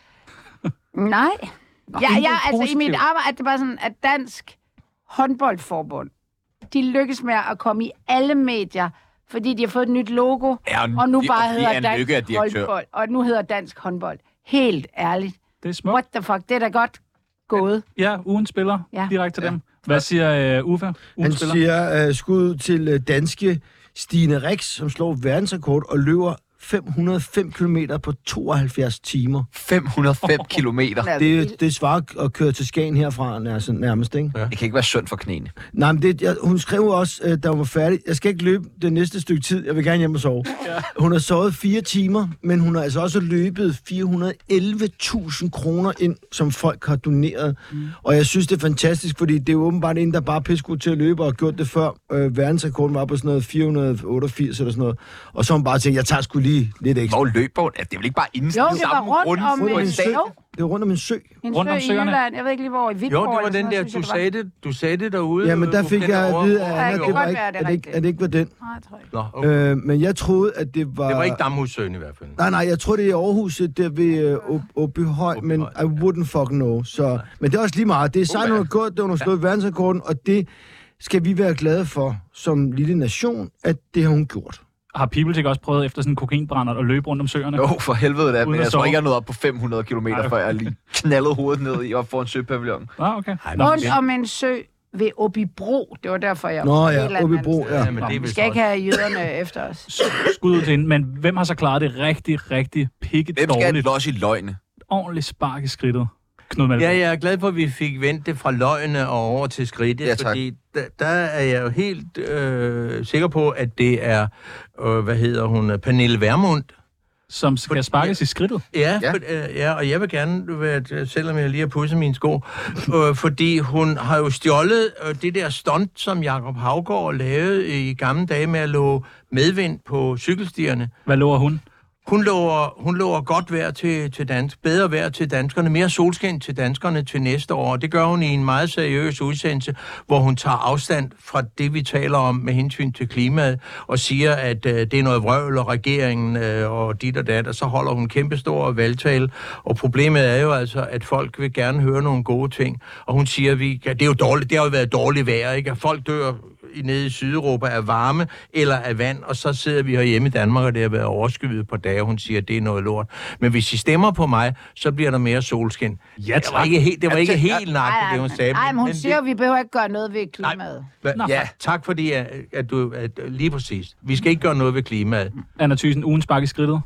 Nej. Ja, intet jeg, altså i positivt. mit arbejde, at det var sådan, at Dansk Håndboldforbund, de lykkes med at komme i alle medier, fordi de har fået et nyt logo, Ja, og og nu de- bare og de hedder er en Dansk Lykke er direktør. Håndbold, og nu hedder Dansk Håndbold. Helt ærligt. Det er smukt. What the fuck, det er da godt gået. Ja, ugens spiller. Ja. Direkte til dem. Hvad siger uh, Uffe? Han Ugens spiller? siger uh, skud til uh, danske Stine Rix, som slår verdensrekord og løber fem hundrede og fem kilometer på tooghalvfjerds timer. fem hundrede og fem kilometer. Det, det svarer at køre til Skagen herfra nærmest, nærmest ikke? Det kan ikke være synd for knæene. Nej, men det, jeg, hun skrev også, øh, da hun var færdig, jeg skal ikke løbe det næste stykke tid, jeg vil gerne hjem og sove. Ja. Hun har sovet fire timer, men hun har altså også løbet fire hundrede og elleve tusind kroner ind, som folk har doneret. Mm. Og jeg synes, det er fantastisk, fordi det er jo åbenbart en, der bare er pissegod til at løbe og har gjort det før. Øh, verdensrekorden var på sådan noget fire hundrede og otteogfirs eller sådan noget. Og så har hun bare tænkt, jeg tager sgu lige lidt ekstra. Hvor løber hun? Altså, det er vel ikke bare inden Jo, det var rundt om Rundt om en en sø. sø. Det er rundt om en sø. En Rundt sø om i søerne. Jylland. Jeg ved ikke lige, hvor i Viborg. Jo, det var eller sådan den der, noget, synes du jeg, det sagde det, du sagde det derude. Ja, men der fik Den jeg at over- vide af Ja, Anna, det at kan det, var godt ikke, være, det er at, det ikke, rigtigt. at det ikke var den. var. Nej, jeg tror ikke. Nå, okay. Øh, men jeg troede, at det var... Det var ikke Damhussøen i hvert fald. Nej, nej, jeg tror, det er i Aarhus, der ved uh, Åbyhøj, men I wouldn't fucking know. Så, men det er også lige meget. Det er sejt, hun har gået, det har hun slået verdensrekorden, og det skal vi være glade for som lille nation, at det har hun gjort. Har Peopletik også prøvet efter sådan en kokainbrænder at løbe rundt om søerne? Jo, for helvede da, Uden men at jeg tror sove. ikke, jeg nåede op på fem hundrede kilometer, Ej. før jeg lige knaldede hovedet ned i op foran søpavillon. Ah, okay. Ej, men Rundt det- om en sø ved Åbybro. Det var derfor, jeg Nå var ja, helt andet Åbybro, sted. ja. Ja, men det er Vi vist skal ikke også- have jøderne efter os. Skud ud til hende. Men hvem har så klaret det rigtig, rigtig pikket Hvem skal have dårligt? los i løgne? Ordentligt spark i skridtet. Knud Melgaard. Ja, jeg er glad for, at vi fik vendt det fra løgne og over til skridtet, Ja, tak. fordi der, der er jeg jo helt øh, sikker på, at det er, øh, hvad hedder hun, Pernille Vermund. Som skal sparkes i skridtet. Ja, Ja. ja. For, øh, ja, og jeg vil gerne, være, selvom jeg lige har pudset mine sko, øh, fordi hun har jo stjålet øh, det der stunt, som Jakob Haugaard lavede i gamle dage med at love medvind på cykelstierne. Hvad lover hun? Hun lover, hun lover godt vejr til, til dansk, bedre vejr til danskerne, mere solskin til danskerne til næste år. Det gør hun i en meget seriøs udsendelse, hvor hun tager afstand fra det, vi taler om med hensyn til klimaet, og siger, at øh, det er noget vrøvl, og regeringen øh, og dit og dat, og så holder hun kæmpestor valgtale. Og problemet er jo altså, at folk vil gerne høre nogle gode ting. Og hun siger, at vi, ja, det, er jo dårligt, det har jo været dårligt vejr, ikke? At folk dør i- nede i Sydeuropa af varme eller af vand, og så sidder vi herhjemme i Danmark, og det har været overskyet på dage. Hun siger, at det er noget lort. Men hvis I stemmer på mig, så bliver der mere solskin. Ja, Det var ikke helt, det var ikke helt nøjagtigt, det hun sagde. Nej, men hun men siger, at vi behøver ikke gøre noget ved klimaet. det, Nå. ja, tak fordi, at, at du... At, lige præcis. Vi skal ikke gøre noget ved klimaet. Anna Thyssen, ugen spark i skridtet.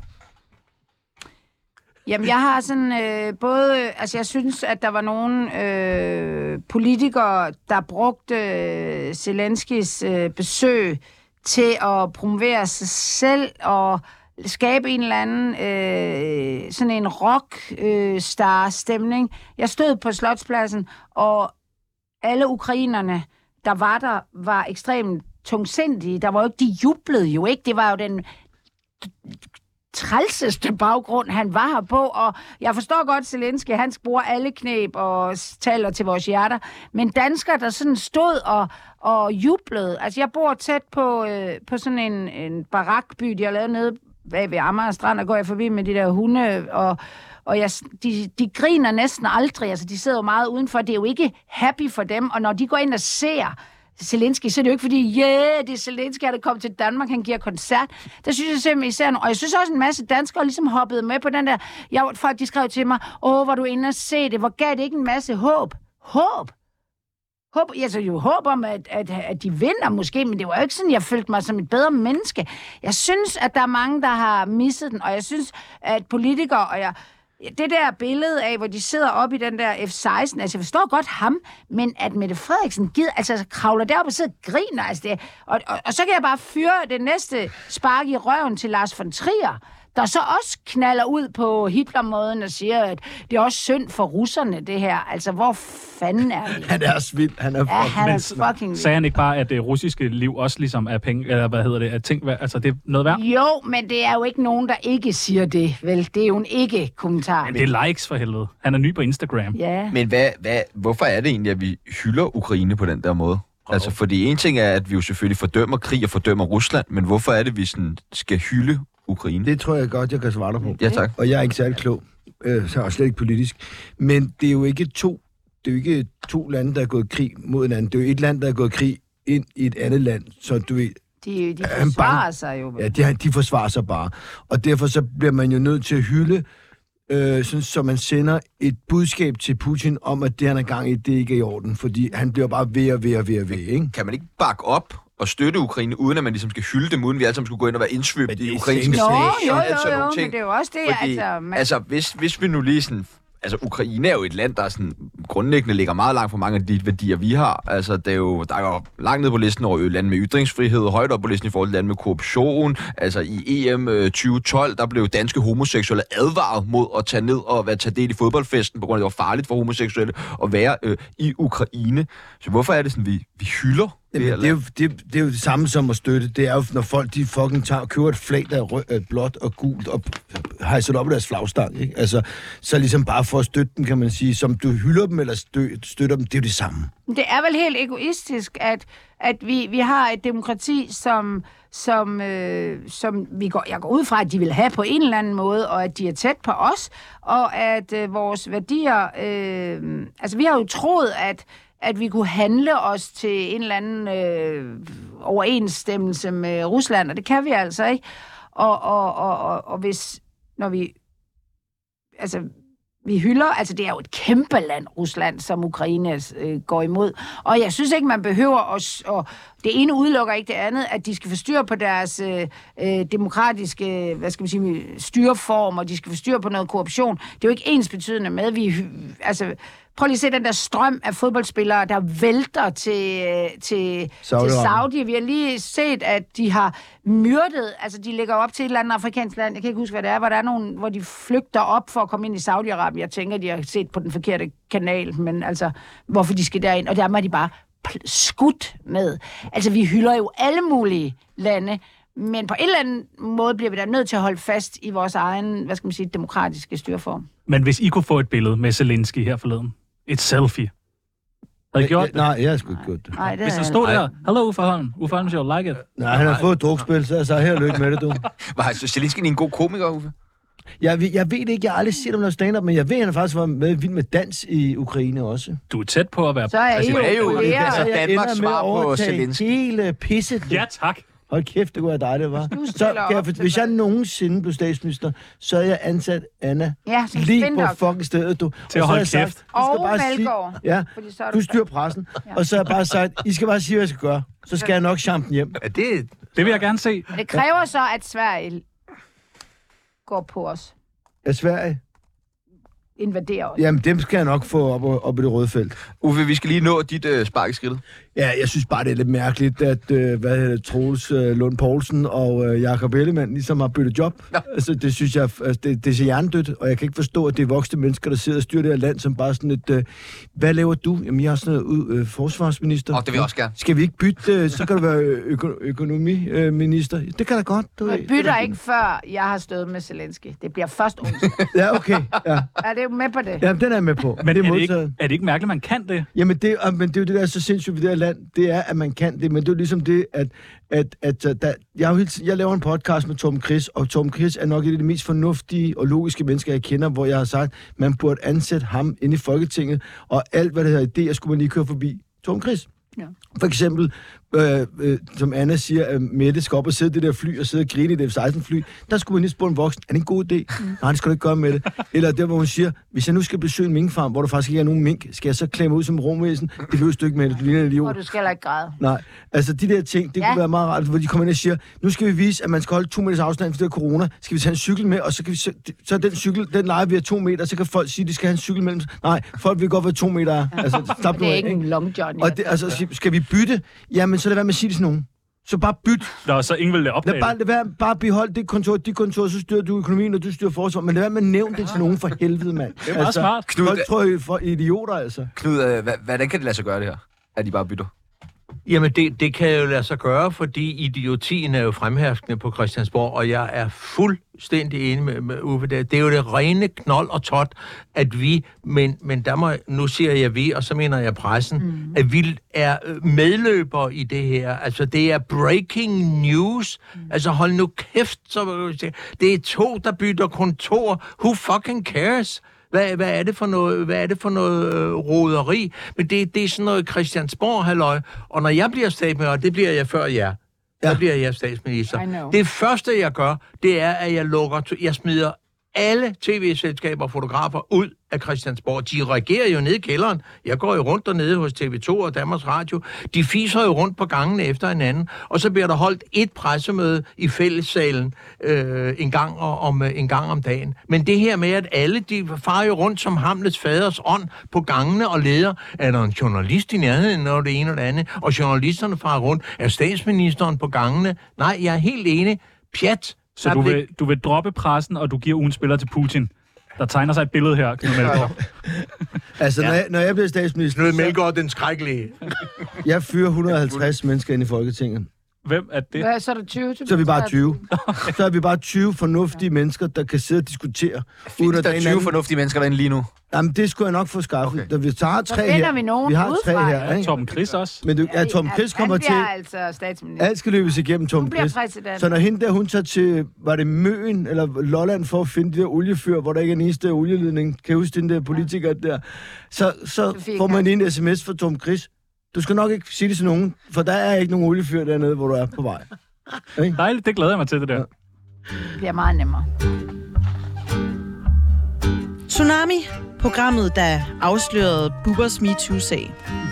Jamen, jeg har sådan øh, både... Altså, jeg synes, at der var nogle øh, politikere, der brugte øh, Zelenskis øh, besøg til at promovere sig selv og skabe en eller anden øh, sådan en rock-star-stemning. Jeg stod på Slotspladsen, og alle ukrainerne, der var der, var ekstremt tungsindige. Der var jo ikke, de jublede jo ikke. Det var jo den trælseste baggrund, han var her på, og jeg forstår godt, Zelensky, han bruger alle kneb og taler til vores hjerter, men danskere, der sådan stod og, og jublede, altså jeg bor tæt på, øh, på sådan en, en barakby, de har lavet nede bag ved Amager Strand, og går jeg forbi med de der hunde, og Og jeg, de, de griner næsten aldrig, altså de sidder jo meget udenfor, det er jo ikke happy for dem, og når de går ind og ser Zelensky, så er det jo ikke fordi, yeah, det er Zelensky, der kommer til Danmark, han giver koncert. Der synes jeg simpelthen især, og jeg synes også en masse danskere ligesom hoppede med på den der, jeg, folk de skrev til mig, åh, var du inde og se det, hvor gav det ikke en masse håb? Håb? Håb, altså jo håb om, at, at, at de vinder måske, men det var jo ikke sådan, jeg følte mig som et bedre menneske. Jeg synes, at der er mange, der har misset den, og jeg synes, at politikere, og jeg det der billede af, hvor de sidder oppe i den der F seksten, altså jeg forstår godt ham, men at Mette Frederiksen gider, altså kravler derop og sidder og griner, altså det, og, og, og så kan jeg bare fyre det næste spark i røven til Lars von Trier, der så også knaller ud på Hitler-måden og siger, at det er også synd for russerne, det her. Altså, hvor fanden er vi? Han er svild. Han er ja, han er fucking vild. Sagde han ikke bare, at det russiske liv også ligesom er penge, eller hvad hedder det, at ting, altså det er noget værd? Jo, men det er jo ikke nogen, der ikke siger det, vel? Det er jo en ikke-kommentar. Men det er likes for helvede. Han er ny på Instagram. Ja. Men hvad, hvad, hvorfor er det egentlig, at vi hylder Ukraine på den der måde? Oh. Altså, fordi en ting er, at vi jo selvfølgelig fordømmer krig og fordømmer Rusland, men hvorfor er det, vi sådan skal hylde Ukraine? Det tror jeg godt, jeg kan svare dig på. Ja, tak. Og jeg er ikke særlig klog, øh, så er slet ikke politisk. Men det er jo ikke to, det er jo ikke to lande, der er gået krig mod hinanden. Det er jo et land, der er gået krig ind i et andet land, så du ved... De, de forsvarer sig jo. Ja, de, de forsvarer sig bare. Og derfor så bliver man jo nødt til at hylde, øh, sådan, så man sender et budskab til Putin om, at det, han er gang i, det ikke er i orden. Fordi han bliver bare ved og ved og ved og ved, ikke? Kan man ikke bakke op og støtte Ukraine, uden at man ligesom skal hylde dem, uden vi alle sammen skulle gå ind og være indsvøbt i ukrainske sag? Jo, jo, jo, jo, men det er jo også det, fordi, altså... Man... Altså, hvis, hvis vi nu lige sådan... Altså, Ukraine er jo et land, der sådan grundlæggende ligger meget langt fra mange af de værdier, vi har. Altså, det er jo, der er jo langt ned på listen over lande med ytringsfrihed, højt op på listen i forhold til lande med korruption. Altså, i E M tyve tolv, der blev danske homoseksuelle advaret mod at tage ned og være tage del i fodboldfesten, på grund af, at det var farligt for homoseksuelle at være øh, i Ukraine. Så hvorfor er det sådan, vi, vi hylder? Jamen, det, er jo, det, det er jo det samme som at støtte. Det er jo, når folk de fucking tager, køber et flag, der er rød, blåt og gult, og hejser det op i deres flagstang, ikke? Altså, så ligesom bare for at støtte dem, kan man sige, som du hylder dem eller stø, støtter dem, det er jo det samme. Det er vel helt egoistisk, at, at vi, vi har et demokrati, som, som, øh, som vi går, jeg går ud fra, at de vil have på en eller anden måde, og at de er tæt på os, og at øh, vores værdier... Øh, altså, vi har jo troet, at at vi kunne handle os til en eller anden øh, overensstemmelse med Rusland, og det kan vi altså ikke. Og, og, og, og, og hvis, når vi, altså, vi hylder, altså det er jo et kæmpe land, Rusland, som Ukraine øh, går imod. Og jeg synes ikke, man behøver at, og det ene udelukker ikke det andet, at de skal få styr på deres øh, demokratiske, hvad skal man sige, styreform, og de skal få styr på noget korruption. Det er jo ikke ensbetydende med, vi, altså, prøv lige at se den der strøm af fodboldspillere, der vælter til, til, til Saudi. Vi har lige set, at de har myrdet, altså de ligger op til et eller andet afrikansk land, jeg kan ikke huske, hvad det er, hvor der er nogen, hvor de flygter op for at komme ind i Saudi-Arabien. Jeg tænker, de har set på den forkerte kanal, men altså, hvorfor de skal derind? Og der er de bare skudt med. Altså, vi hylder jo alle mulige lande, men på en eller anden måde bliver vi da nødt til at holde fast i vores egen, hvad skal man sige, demokratiske styreform. Men hvis I kunne få et billede med Zelensky her forleden, et selfie, havde I gjort det? Nej, jeg har sgu ikke gjort det. Nej, det hvis der stod der, hello Uffe Holm, Uffe Holm show, like it. Nej, han har fået et drukspil, så jeg sagde, her lykke med det, du. Var Zelensky en god komiker, Uffe? Jeg, jeg ved det ikke, jeg har aldrig set om noget stand-up, men jeg ved, at han faktisk var med Vild med Dans i Ukraine også. Du er tæt på at være... Så er I jo, er jo det er, altså Danmarks svar på Zelensky. Hele pisset. Ja, tak. Hold kæft, det kunne være dig, det var. Så kan jeg, hvis jeg nogensinde blev statsminister, så havde jeg ansat Anna ja, lige på fucking stedet, du. Til at holde kæft. Og Malgaard. Ja, du styrer pressen. Ja. Og så har jeg bare sagt, I skal bare sige, hvad jeg skal gøre. Så skal jeg nok champe den hjem. Ja, det, det vil jeg gerne se. Det kræver så, at Sverige går på os. Er Sverige? invadere os. Jamen, dem skal jeg nok få op, op i det røde felt. Uffe, vi skal lige nå dit øh, spark i skridtet. Ja, jeg synes bare, det er lidt mærkeligt, at øh, hvad hedder det, Troels øh, Lund Poulsen og øh, Jakob Ellemann ligesom har byttet job. Ja. Altså, det synes jeg, altså, det, det er så hjernedødt, og jeg kan ikke forstå, at det er voksne mennesker, der sidder og styrer det her land, som bare sådan et, øh, hvad laver du? Jamen, jeg er sådan noget øh, forsvarsminister. Åh, oh, det vil jeg også gerne. Skal vi ikke bytte, øh, så kan du være øko- økonomiminister. Øh, det kan da godt. Du, jeg bytter ikke, før jeg har stået med Zelensky. Det bliver først onsdag. Ja, okay. Ja. Er det med på det? Ja, den er jeg med på. Men det er, er, det ikke, er det ikke mærkeligt, man kan det? Jamen, det, men det er jo det, der er så sindssygt ved det her land. Det er, at man kan det, men det er jo ligesom det, at, at, at der, jeg, er jo helt, jeg laver en podcast med Torben Chris, og Torben Chris er nok et af de mest fornuftige og logiske mennesker, jeg kender, hvor jeg har sagt, man burde ansætte ham inde i Folketinget, og alt, hvad det hedder idéer, skulle man lige køre forbi Torben Chris. Ja. For eksempel, øh, øh, som Anna siger, at Mette skal op og sidde i det der fly og sidde og grine i det F seksten fly. Der skulle man lige spørge en voksen, er det en god idé? Mm. Nej, det skal du ikke gøre med det. Eller der, hvor hun siger, hvis jeg nu skal besøge en minkfarm, hvor der faktisk ikke er nogen mink, skal jeg så klemme ud som rumvæsen? Det løser du ikke med det, du ligner en idiot. Og du skal heller ikke græde. Nej, altså de der ting, det ja. kunne være meget rart, hvor de kommer ind og siger, nu skal vi vise, at man skal holde to meters afstand for det der corona. Skal vi tage en cykel med, og så kan vi så, så den cykel, den leger vi af to meter, så kan folk sige, at de skal have en cykel mellem. Nej, folk vil godt være to meter. Ja. Altså, stop det er ikke en long john. Og det, altså, skal vi bytte? Jamen, så lad være med at sige det til nogen. Så bare byt. Nå, så ingen vil det opdage. Lad bare, lad være, bare behold det kontor, de kontor, så styrer du økonomien, og du styrer forsvar. Men lad være med at nævne det til nogen for helvede, mand. Det er meget altså, smart. Knud, folk tror jo for idioter, altså. Knud, øh, hvordan kan det lade sig gøre det her? At de bare bytter? Jamen, det, det kan jo lade sig gøre, fordi idiotien er jo fremherskende på Christiansborg, og jeg er fuldstændig enig med, med Uffe der. Det er jo det rene knold og tot, at vi, men, men der må, nu siger jeg vi, og så mener jeg pressen, mm. at vi er medløbere i det her. Altså, det er breaking news. Mm. Altså, hold nu kæft. Så, det er to, der bytter kontor. Who fucking cares? Hvad, hvad er det for noget, hvad er det for noget øh, roderi? Men det, det er sådan noget Christiansborg-halløj. Og når jeg bliver statsminister, og det bliver jeg før jer, ja. Der bliver jeg statsminister. Det første, jeg gør, det er, at jeg lukker, jeg smider alle tv-selskaber og fotografer ud af Christiansborg. De reagerer jo ned i kælderen. Jeg går jo rundt dernede hos T V to og Danmarks Radio. De fiser jo rundt på gangene efter hinanden. Og så bliver der holdt et pressemøde i fællessalen øh, en, gang om, en gang om dagen. Men det her med, at alle de farer jo rundt som Hamlets faders ånd på gangene og leder. Er der en journalist i nærheden, når det ene og det andet? Og journalisterne farer rundt. Er statsministeren på gangene? Nej, jeg er helt enig. Pjat. Så du vil, du vil droppe pressen, og du giver ugen spiller til Putin. Der tegner sig et billede her, Knud Melgaard. Altså, ja. når, jeg, når jeg bliver statsminister... Knud Melgaard, den skrækkelige. Jeg fyrer et hundrede og halvtreds mennesker ind i Folketinget. Hvem er det? Hvad, så er der tyve? Så er vi bare tyve. Så er vi bare tyve fornuftige ja. mennesker, der kan sidde og diskutere. Findes der tyve anden... fornuftige mennesker derinde lige nu? Jamen, det skulle jeg nok få skaffet. Okay. Da vi tager tre her. Vi, nogen vi har tre her, ikke? Torben Chris også. Men du, ja, Torben Chris kommer til... altså statsminister. Alt skal løbes igennem Torben Chris. Så når hende der, hun tager til... Var det Møen eller Lolland for at finde de der oliefyr, hvor der ikke er en eneste olieledning? Kan jeg huske den der politiker der? Så, så får man en sms fra Torben Chris. Du skal nok ikke sige det til nogen, for der er ikke nogen oliefyr dernede, hvor du er på vej. Okay? Dejligt, det glæder jeg mig til, det der. Ja. Det bliver meget nemmere. Tsunami, programmet, der afslørede Bubbers MeToo-sag.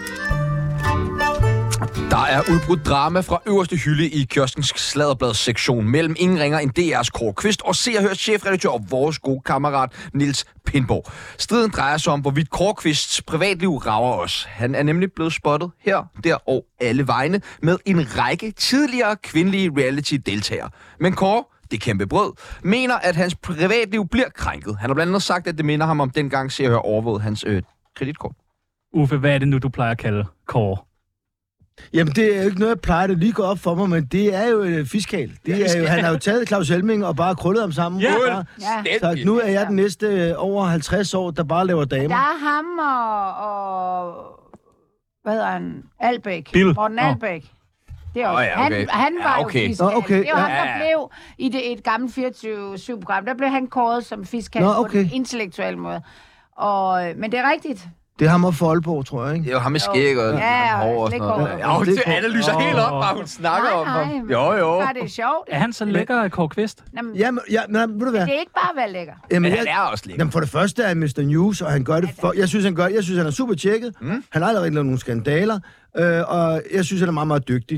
Der er udbrudt drama fra øverste hylde i kioskens sladderblads sektion mellem ingen ringer end D R's Kåre Kvist og Se og Hørs chefredaktør og vores gode kammerat Niels Pindborg. Striden drejer sig om, hvorvidt Kåre Kvists privatliv rager os. Han er nemlig blevet spottet her, der og alle vegne med en række tidligere kvindelige reality-deltagere. Men Kåre, det kæmpe brød, mener, at hans privatliv bliver krænket. Han har blandt andet sagt, at det minder ham om dengang Se og Hør overvågede hans øh, kreditkort. Uffe, hvad er det nu, du plejer at kalde Kåre? Jamen, det er jo ikke noget, jeg plejer at lige gå op for mig, men det er jo en fiskal. Det er jo, han har jo taget Claus Elming og bare krøllet ham sammen. Ja, bare, ja. Så nu er jeg den næste over halvtreds år, der bare laver damer. Der er ham og... og hvad hedder han? Albæk. Bill. Morten Albæk. Det er også, oh, ja, okay. han, han var ja, okay. jo fiskal. Nå, okay. Det var ja. ham, der blev i det, et gammelt fireogtyve syv program. Der blev han kåret som fiskal Nå, okay. på en intellektuel måde. Og, men det er rigtigt. Det er ham og for Aalborg, tror jeg, ikke? Det er jo ham med skæg og ja, hår og sådan noget. Ja, hun analyserer helt op, bare hun snakker nej, om nej, ham. Jo, jo. Det er sjovt. Er han så lækker, Kåre Kvist? Jamen, Jamen, ja, men ved du hvad? det er ikke bare at være lækker. Jamen, Men jeg, han er også lækker. Jamen, for det første er mister News, og han gør det for... Jeg synes, han gør Jeg synes, han er super tjekket. Mm. Han har aldrig lavet nogen skandaler. Øh, og jeg synes, han er meget, meget dygtig.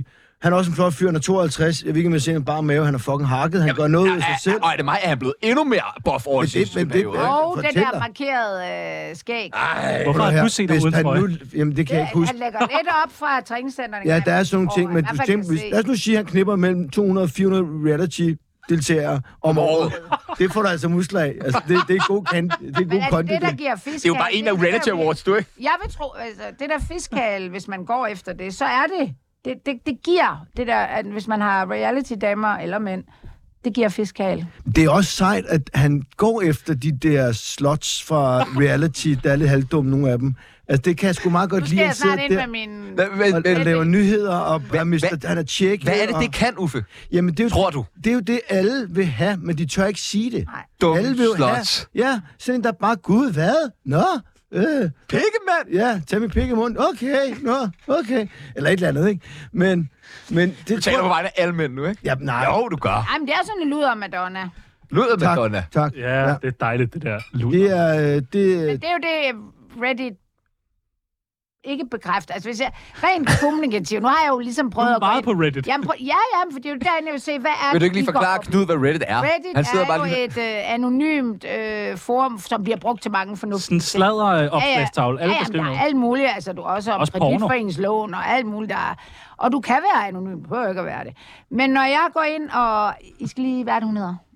Han er også en flot fyr, han er tooghalvtreds. Jeg ved ikke, om jeg ser en bare mave. Han er fucking hakket. Han gør noget af sig selv. Og er det mig, er han blevet endnu mere buff over det sidste periode? Og det der markerede øh, skæg. Ej, hvorfor har du set det uden trøje? Jamen, det kan jeg ikke huske. Han lægger lidt op fra træningscenterne. Ja, der er sådan nogle ting, men du tænker, lad os nu sige, at han knipper mellem to hundrede og fire hundrede reality-deltagere om året. Det får du altså muskler af. Altså, det, det er god kant. Det er god content. Det, der giver fiskal, det er jo bare en af reality awards, du ikke? Jeg vil tro, altså, det der fiskal, hvis man går efter det, så er det, det, det, det giver, det der, at hvis man har reality-damer eller mænd, det giver fiskal. Det er også sejt, at han går efter de der slots fra reality, der er lidt halvdumme, nogle af dem. Altså, det kan jeg sgu meget godt lide at sidde der med min... og, og lave nyheder, og hvad, mister, han er tjek. Hvad er det, det kan, Uffe? Jamen, det er jo, tror du? Det er jo det, alle vil have, men de tør ikke sige det. Dumme alle vil slots. Have, ja, sådan en, der bare, gud, hvad? Nå, øh. Pikkemand! Ja, tag min pikke i munden. Okay, nå, okay. Eller et eller andet, ikke? Men... men det du taler på vegne af alle mænd nu, ikke? Ja, nej. Jo, du gør. Jamen, det er sådan en luder Madonna. Luder Madonna? Tak, ja, ja, det er dejligt, det der luder. Det er... Øh, det, men det er jo det, Reddit ikke bekræfter. Altså, hvis jeg... Rent kommunikativt. Nu har jeg jo ligesom prøvet at gå meget på Reddit. Jamen, prøv, ja, ja, for det er jo derinde, jeg vil se, hvad er... Vil du ikke lige forklare, Knud, hvad Reddit er? Reddit Han sidder er bare jo lige... et øh, anonymt øh, forum, som bliver brugt til mange fornuftige. Sådan en sladder opslagstavle. Alle ja, ja, beskriver der er alt muligt. Altså, du også om kreditforeningslån og alt muligt, der er... Og du kan være anonym, du behøver ikke at være det. Men når jeg går ind og... I skal lige... Hvad er det, hun hedder?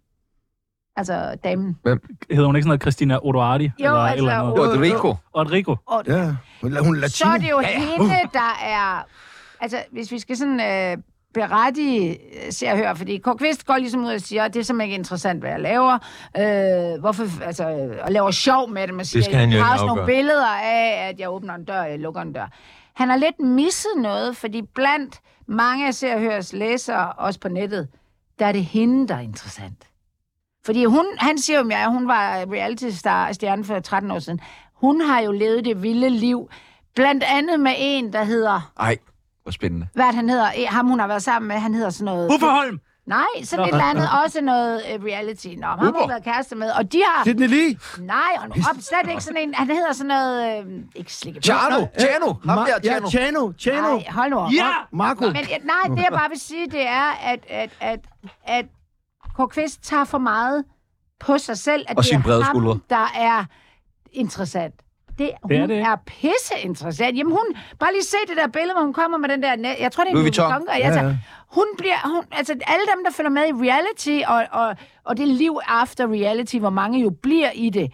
Altså, damen. Hvem? Hedder hun ikke sådan noget Christina Odoardi? Jo, eller altså... Eller noget? Odrico. Odrico. Ja, hun er latino. Så er det jo ja, ja. hende, der er... Altså, hvis vi skal sådan... Øh, berettige ser og høre, fordi Kåre Kvist går ligesom ud og siger, at det er simpelthen ikke interessant, hvad jeg laver. Øh, hvorfor, altså, og laver sjov med det. Man siger, det skal han jo jeg har ikke også nogle billeder af, at jeg åbner en dør, jeg lukker en dør. Han har lidt misset noget, fordi blandt mange af ser og høres læsere, også på nettet, der er det hende, der er interessant. Fordi hun, han siger jo, at hun var reality-stjerne for tretten år siden. Hun har jo levet det vilde liv, blandt andet med en, der hedder... Ej, hvor spændende. Hvad han hedder? Ham, hun har været sammen med, han hedder sådan noget... Uffe Holm! Nej, sådan et eller andet, også noget uh, reality. Nå, ham har været kæreste med, og de har... Sidney Lee? Nej, han op, slet ikke sådan en... Han hedder sådan noget... Øh, ikke slikke... Chano! Chano! Ham der, Chano! Ja, Chano! Chano! Nej, hold nu op. Ja! Marco! Men nej, det jeg bare vil sige, det er, at, at, at, at Kåre Kvist tager for meget på sig selv, at og det er ham, skuldre. der er interessant. Det, hun det er, det. er pisse interessant. Jamen hun, bare lige se det der billede, hvor hun kommer med den der, jeg tror det er Louis Vuitton. Altså, ja, ja. Hun bliver, hun, altså alle dem, der følger med i reality, og, og, og det liv after reality, hvor mange jo bliver i det.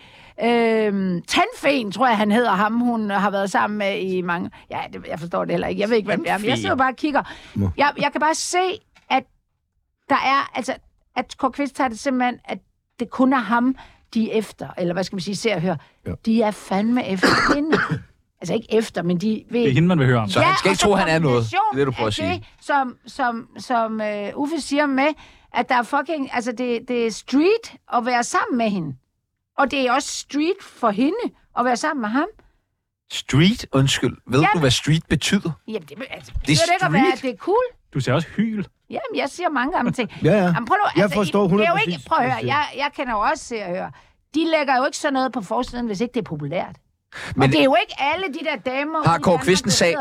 Øhm, Tandfen, tror jeg, han hedder ham, hun har været sammen med i mange, ja, det, jeg forstår det heller ikke, jeg ved ikke, hvem det er, men jeg sidder bare og kigger. Jeg, jeg kan bare se, at der er, altså, at Kåre Kvist tager det simpelthen, at det kun er ham, de er efter, eller hvad skal man sige, ser og høre, ja. De er fandme efter hende. Altså ikke efter, men de ved... Det er hende, man vil høre om. Så ja, han skal ikke tro, han er noget. Det er det, du prøver at sige. Det, som, som, som uh, Uffe siger med, at der er fucking... Altså, det, det er street at være sammen med hende. Og det er også street for hende at være sammen med ham. Street? Undskyld. Ved Jamen, du, hvad street betyder? Jamen, det, altså, det betyder det ikke at være, at det er cool. Du siger også hyl. Jamen, jeg siger mange gamle ting. ja, ja. Jamen, prøv nu, jeg altså, forstår hundrede procent. Det er jo ikke... Prøv at høre, jeg, jeg kender jo også se og høre. De lægger jo ikke sådan noget på forsiden, hvis ikke det er populært. Men og det er jo ikke alle de der damer... Har Kåre Kvist en sag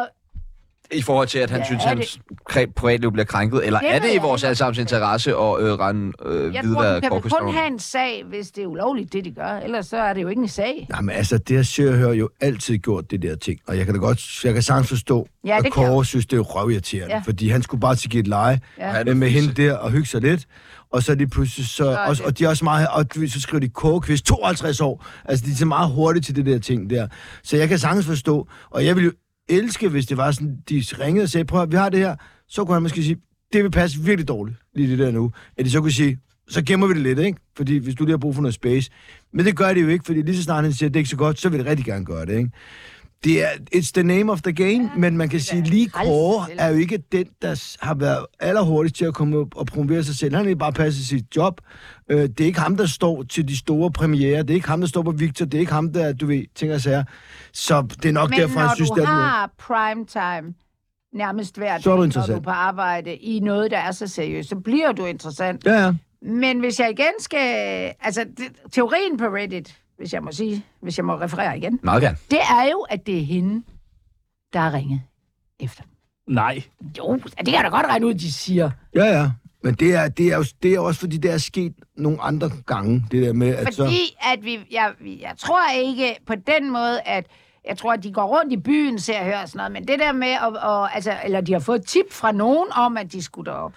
i forhold til, at han ja, synes, at hans privatliv bliver krænket? Eller det er det i vores allesammens interesse at øh, rende øh, jeg vide, tror, hvad Kåre Kvist kun have en sag, hvis det er ulovligt, det de gør. Ellers så er det jo ikke en sag. Jamen altså, det har Søger Hør jo altid gjort, det der ting. Og jeg kan da godt, jeg kan sagtens forstå, ja, at Kåre synes, det er røvirriterende. Ja. Fordi han skulle bare til et leje ja. med hende der og hygge sig lidt. Og så er de pludselig så... Og, og de er også meget... Og så skriver de Kåre Kvist tooghalvtreds år. Altså, de er så meget hurtigt til det der ting der. Så jeg kan sagtens forstå. Og jeg vil jo elske, hvis det var sådan, de ringede og sagde, prøv at vi har det her. Så kunne han måske sige, det vil passe virkelig dårligt, lige det der nu. At de så kunne sige, så gemmer vi det lidt, ikke? Fordi hvis du lige har brug for noget space. Men det gør det jo ikke, fordi lige så snart han siger, at det er ikke så godt, så vil det rigtig gerne gøre det, ikke? Det er, it's the name of the game, ja, men man kan sige, lige Kåre er jo ikke den, der har været allerhurtigst til at komme op og promovere sig selv. Han er bare passet sit job. Uh, det er ikke ham, der står til de store premiere. Det er ikke ham, der står på Victor. Det er ikke ham, der, du ved, tænker sig. Så det er nok men derfor, han synes, det er... Men når du har primetime nærmest hver dag, når du er på arbejde i noget, der er så seriøst, så bliver du interessant. Ja, ja. Men hvis jeg igen skal... Altså, det, teorien på Reddit... hvis jeg må sige, hvis jeg må referere igen. Meget gerne. Det er jo, at det er hende, der har ringet efter. Nej. Jo, det kan jeg da godt regne ud, de siger. Ja, ja. Men det er, det er jo det er også, fordi det er sket nogle andre gange, det der med, at fordi så... Fordi at vi, jeg, jeg tror ikke på den måde, at jeg tror, at de går rundt i byen, ser og hører sådan noget, men det der med, at, og, altså, eller de har fået et tip fra nogen om, at de skulle derop.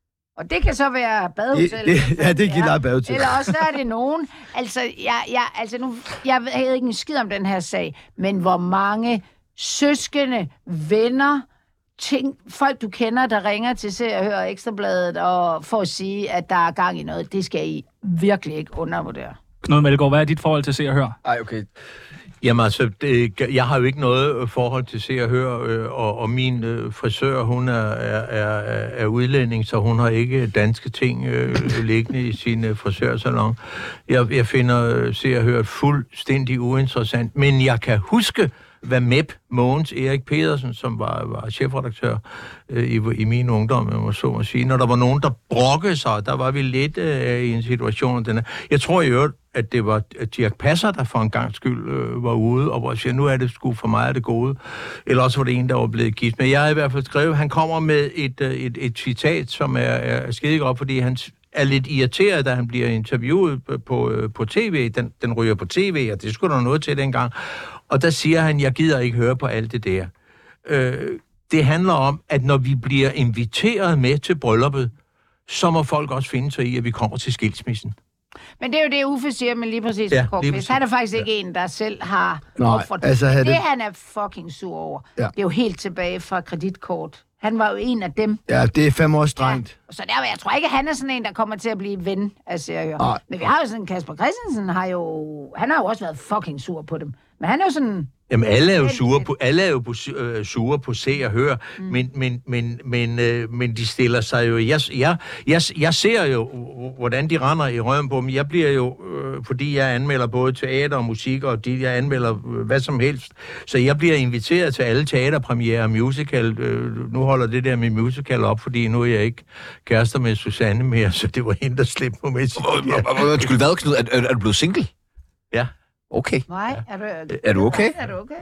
Og det kan så være badehotel. Det, det, ja, det kan lade badehotel. Eller også der er det nogen. Altså, jeg, jeg, altså nu, jeg ved ikke en skid om den her sag, men hvor mange søskende, venner, ting, folk du kender, der ringer til Se og Hør Ekstrabladet og for at sige, at der er gang i noget, det skal I virkelig ikke undervurdere. Knud Melgaard, hvad er dit forhold til Se og Hør? Ej, okay. Jamen altså, det, jeg har jo ikke noget forhold til Se og Hør, øh, og, og min øh, frisør, hun er, er, er, er udlænding, så hun har ikke danske ting øh, liggende i sin øh, frisørsalon. Jeg, jeg finder Se og Hør fuldstændig uinteressant, men jeg kan huske, hvad M E P, Mogens Erik Pedersen, som var, var chefredaktør øh, i, i min ungdom, jeg må så må sige, når der var nogen, der brokkede sig, der var vi lidt øh, i en situation. Den jeg tror i øvrigt, at det var Dirch Passer, der for en gang skyld øh, var ude, og hvor jeg siger, nu er det sgu for mig af det gode. Eller også var det en, der var blevet gift. Men jeg har i hvert fald skrevet, han kommer med et, et, et, et citat, som er, er skide op, fordi han er lidt irriteret, da han bliver interviewet på, på, på tv. Den, den ryger på tv, og det skulle der noget til dengang. Og der siger han, jeg gider ikke høre på alt det der. Øh, det handler om, at når vi bliver inviteret med til brylluppet, så må folk også finde sig i, at vi kommer til skilsmissen. Men det er jo det, Uffe siger, men lige præcis ja, på Kåre. Han er faktisk ikke ja. en, der selv har offret. Altså, det, det, han er fucking sur over, ja. det er jo helt tilbage fra kreditkort. Han var jo en af dem. Ja, det er fem år strengt. Ja. Så der, jeg tror ikke, han er sådan en, der kommer til at blive ven af Se og Hør. Men vi har jo sådan, Kasper Christensen har jo, han har jo også været fucking sur på dem. Men han er jo sådan... Jamen, alle er jo sure på, alle er jo på, øh, sure på Se og Hør, mm. men, men, men, men, øh, men de stiller sig jo... Jeg, jeg, jeg, jeg ser jo, hvordan de render i røven på dem. Jeg bliver jo, øh, fordi jeg anmelder både teater og musik, og de, jeg anmelder øh, hvad som helst. Så jeg bliver inviteret til alle teaterpremierer og musical. Øh, nu holder det der med musical op, fordi nu er jeg ikke kærester med Susanne mere, så det var hende, der slæbte på med sit. Undskyld, hvad, Knud? Er, er, er du blevet single? Ja. Okay. Nej, er du, er du okay? Er du okay?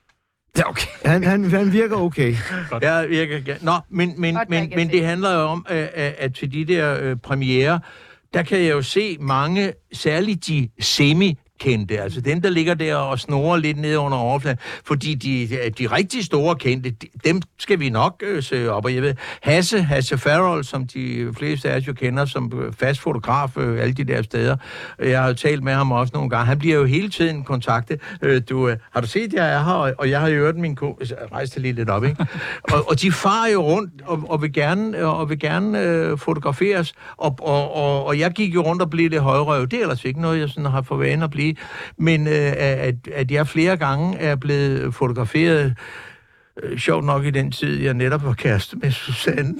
Ja, okay. Han, han, han virker okay. Ja, virker. Nå, men, men, Godt, men, men det handler jo om, at, at til de der øh, premiere, der kan jeg jo se mange, særligt de semi kendte, altså dem, der ligger der og snorer lidt ned under overfladen, fordi de, de rigtig store kendte, de, dem skal vi nok øh, se op, og jeg ved, Hasse, Hasse Farrell, som de fleste af os jo kender som fast fotograf, øh, alle de der steder, jeg har jo talt med ham også nogle gange, han bliver jo hele tiden kontaktet, øh, du, øh, har du set, jeg er her, og, og jeg har jo hørt min ko, rejste lige lidt op, ikke? og, og de farer jo rundt, og, og vil gerne, og vil gerne øh, fotograferes, og, og, og, og jeg gik jo rundt og blev lidt højrøv, det er ellers ikke noget, jeg sådan har for vane at blive, men øh, at, at jeg flere gange er blevet fotograferet, øh, sjovt nok i den tid, jeg netop var kæreste med Susanne.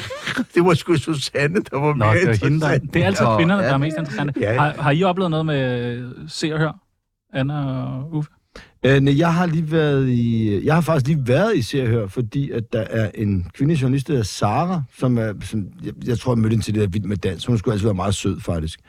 Det var sgu Susanne, der var Nå, mere det, er hende, der, det er altid Nå, kvinderne, ja. der er mest interessante. Ja. Har, har I oplevet noget med Se og Hør, Anna og Uffe? Øh, nej, jeg har lige været i... Jeg har faktisk lige været i Se og Hør, fordi at der er en kvindelig journalist, der hedder Sara, som er... Som, jeg, jeg tror, jeg mødte hende til det der Vild med Dans. Hun skulle altså være meget sød, faktisk.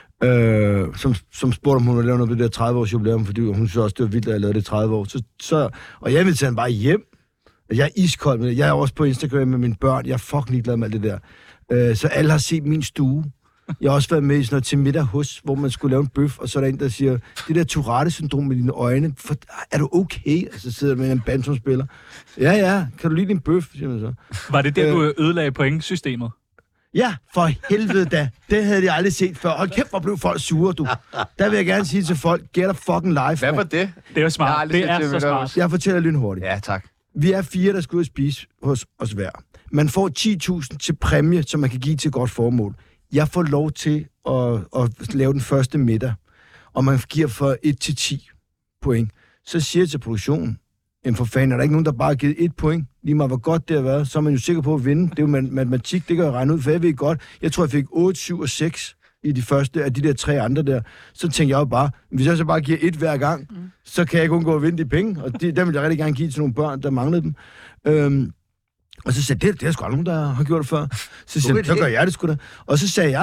Øh, som, som spurgte, om hun ville lave noget ved det der tredive års jubilæum, fordi hun synes også, det var vildt, at jeg lavede det tredive år. Så, så, og jeg inviterede hende bare hjem. Jeg er iskold med det. Jeg er også på Instagram med mine børn. Jeg er fucking ligeglad med alt det der. Øh, så alle har set min stue. Jeg har også været med i sådan noget til middag hos, hvor man skulle lave en bøf, og så er der en, der siger, det der Tourette-syndrom med dine øjne, for, er du okay? Og så sidder der med en band, som spiller. Ja, ja, kan du lide din bøf, siger man så. Var det det, Øh, du ødelagde pointsystemet? Ja, for helvede da. Det havde de aldrig set før. Hold kæft, hvor blev folk sure, du. Der vil jeg gerne sige til folk, get a fucking life. Hvad var det? Det er jo smart. Det er så smart. Jeg fortæller lynhurtigt. Ja, tak. Vi er fire, der skal ud og spise hos os hver. Man får ti tusind til præmie, som man kan give til et godt formål. Jeg får lov til at, at lave den første middag, og man giver for et til ti point. Så siger jeg til produktionen, jamen for fanden, er der ikke nogen, der bare har givet et point? Lige meget hvor godt det har været, så er man jo sikker på at vinde. Det er jo matematik, det kan jeg regne ud, for jeg ved godt. Jeg tror, jeg fik otte, syv og seks i de første af de der tre andre der. Så tænker jeg jo bare, hvis jeg så bare giver et hver gang, mm. så kan jeg ikke undgå at vinde de penge. Og de, dem vil jeg rigtig gerne give til nogle børn, der manglede dem. Øhm, og så sagde jeg, det, det er sgu aldrig nogen, der har gjort det før. Så siger jeg, så gør jeg det sgu da. Og så sagde jeg,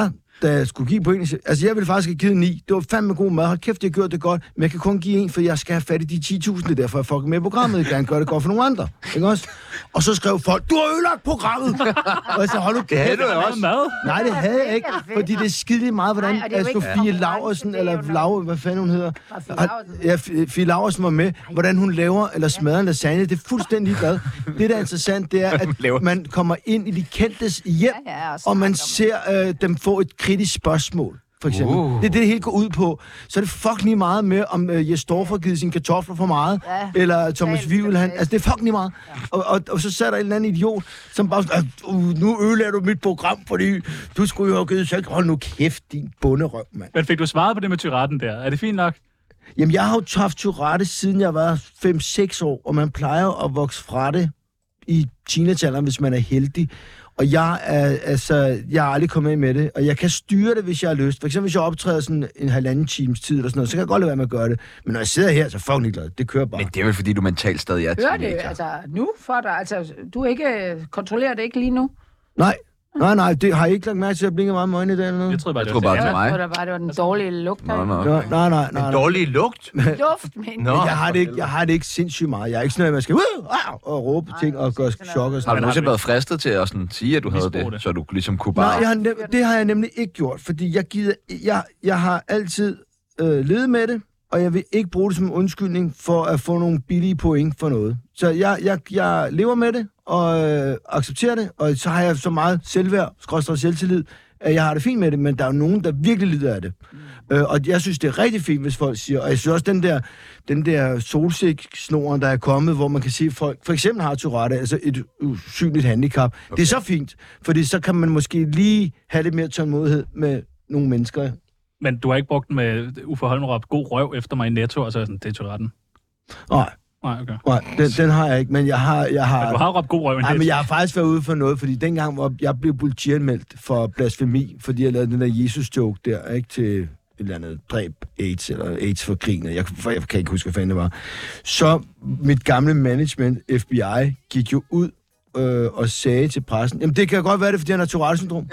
da jeg skulle give point, altså jeg ville faktisk have givet ni. Det var fandme god mad. Hold kæft, jeg har gjort det godt. Men jeg kan kun give en, for jeg skal have fat i de ti tusind. Det er derfor, jeg fucking med i programmet. Jeg kan gøre det godt for nogle andre. Ikke også? Og så skrev folk, du har ødelagt programmet! Og jeg sagde, hold nu kæft. Det havde du også. Mad. Nej, det havde jeg ikke. Fordi det er skide meget, hvordan Nej, og det er jo ikke Sofie konkurrence, Laursen, det er eller jo nok- Laura, hvad fanden hun hedder. Fie Laursen. Ja, Fie- Fie Laursen var med. Hvordan hun laver eller smadrer en lasagne. Det er fuldstændig glad. Det, der er interessant, det er, at man kommer ind i de kendtes hjem, Ja, ja, og og man snakker ser øh, dem få et kritisk spørgsmål. For eksempel. Uh. Det er det, det hele går ud på. Så er det fucking lige meget med, om øh, Jes Dorf har givet sine kartofler for meget, Ja. eller Thomas Totalt Wivel, han... bevidst. Altså, det er fucking lige meget. Ja. Og, og, og så sad der en eller anden idiot, som bare sådan, uh, nu ødelægger du mit program, fordi du skulle jo have givet sig. Hold nu kæft, din bunderøv, mand. Men fik du svaret på det med tyretten der? Er det fint nok? Jamen, jeg har jo haft Tourette, siden jeg var fem seks år, og man plejer jo at vokse fra det i teenagealderen, hvis man er heldig. Og jeg er, altså, jeg har aldrig kommet ind med det, og jeg kan styre det, hvis jeg har lyst. For eksempel, hvis jeg optræder sådan en halvanden times tid, eller sådan noget, så kan jeg godt lade være med at gøre det. Men når jeg sidder her, så er jeg fucking glad. Det kører bare. Men det er vel, fordi du mentalt stadig er Hør det, teenager. altså nu for dig. Altså, du er ikke kontrollerer det ikke lige nu. Nej, nej, nej, det har I ikke lagt mærke til, at jeg blinker meget med øjnene i dag eller noget? Jeg troede bare, Jeg det tror var bare, til det jer. var mig. Jeg tror da bare, det var den dårlige lugt. Nå, nå. Nå, nej, nej, nej, En nej. dårlig lugt. Luft, men... Nå. Jeg har, det ikke, jeg har det ikke sindssygt meget. Jeg er ikke sådan, at man skal uh, uh, og råbe Nej, ting og gøre sådan er chok og Har sådan du noget. nogensinde været fristet til at sådan sige, at du havde Misbruge det, det. så du ligesom kunne Nej, bare... jeg har nem- det har jeg nemlig ikke gjort, fordi jeg, gider, jeg, jeg har altid øh, levet med det, og jeg vil ikke bruge det som undskyldning for at få nogle billige point for noget. Så jeg, jeg, jeg lever med det og øh, accepterer det, og så har jeg så meget selvværd, skråstreg selvtillid, at jeg har det fint med det, men der er jo nogen, der virkelig lider af det. Mm. Øh, og jeg synes, det er rigtig fint, hvis folk siger, og jeg synes også, den der, den der solsikkesnoren, der er kommet, hvor man kan se, at folk for eksempel har Tourette, altså et usynligt handicap. Okay. Det er så fint, fordi så kan man måske lige have lidt mere tålmodighed med nogle mennesker. Men du har ikke brugt den med Uffe Holmrup god røv efter mig i Netto, og så er sådan, det er tyretten. Nej, Nej, okay. nej den, den har jeg ikke, men jeg har... Jeg har Men du har råbt god røv i Nej, Netto. men jeg har faktisk været ude for noget, fordi dengang, hvor jeg blev politianmeldt for blasfemi, fordi jeg lavede den der Jesus-joke der, ikke, til et eller andet dræb AIDS, eller AIDS for krigen, jeg, jeg kan ikke huske, hvad fanden det var. Så mit gamle management, F B I, gik jo ud øh, og sagde til pressen, jamen det kan godt være det, fordi han har Tourette-syndrom.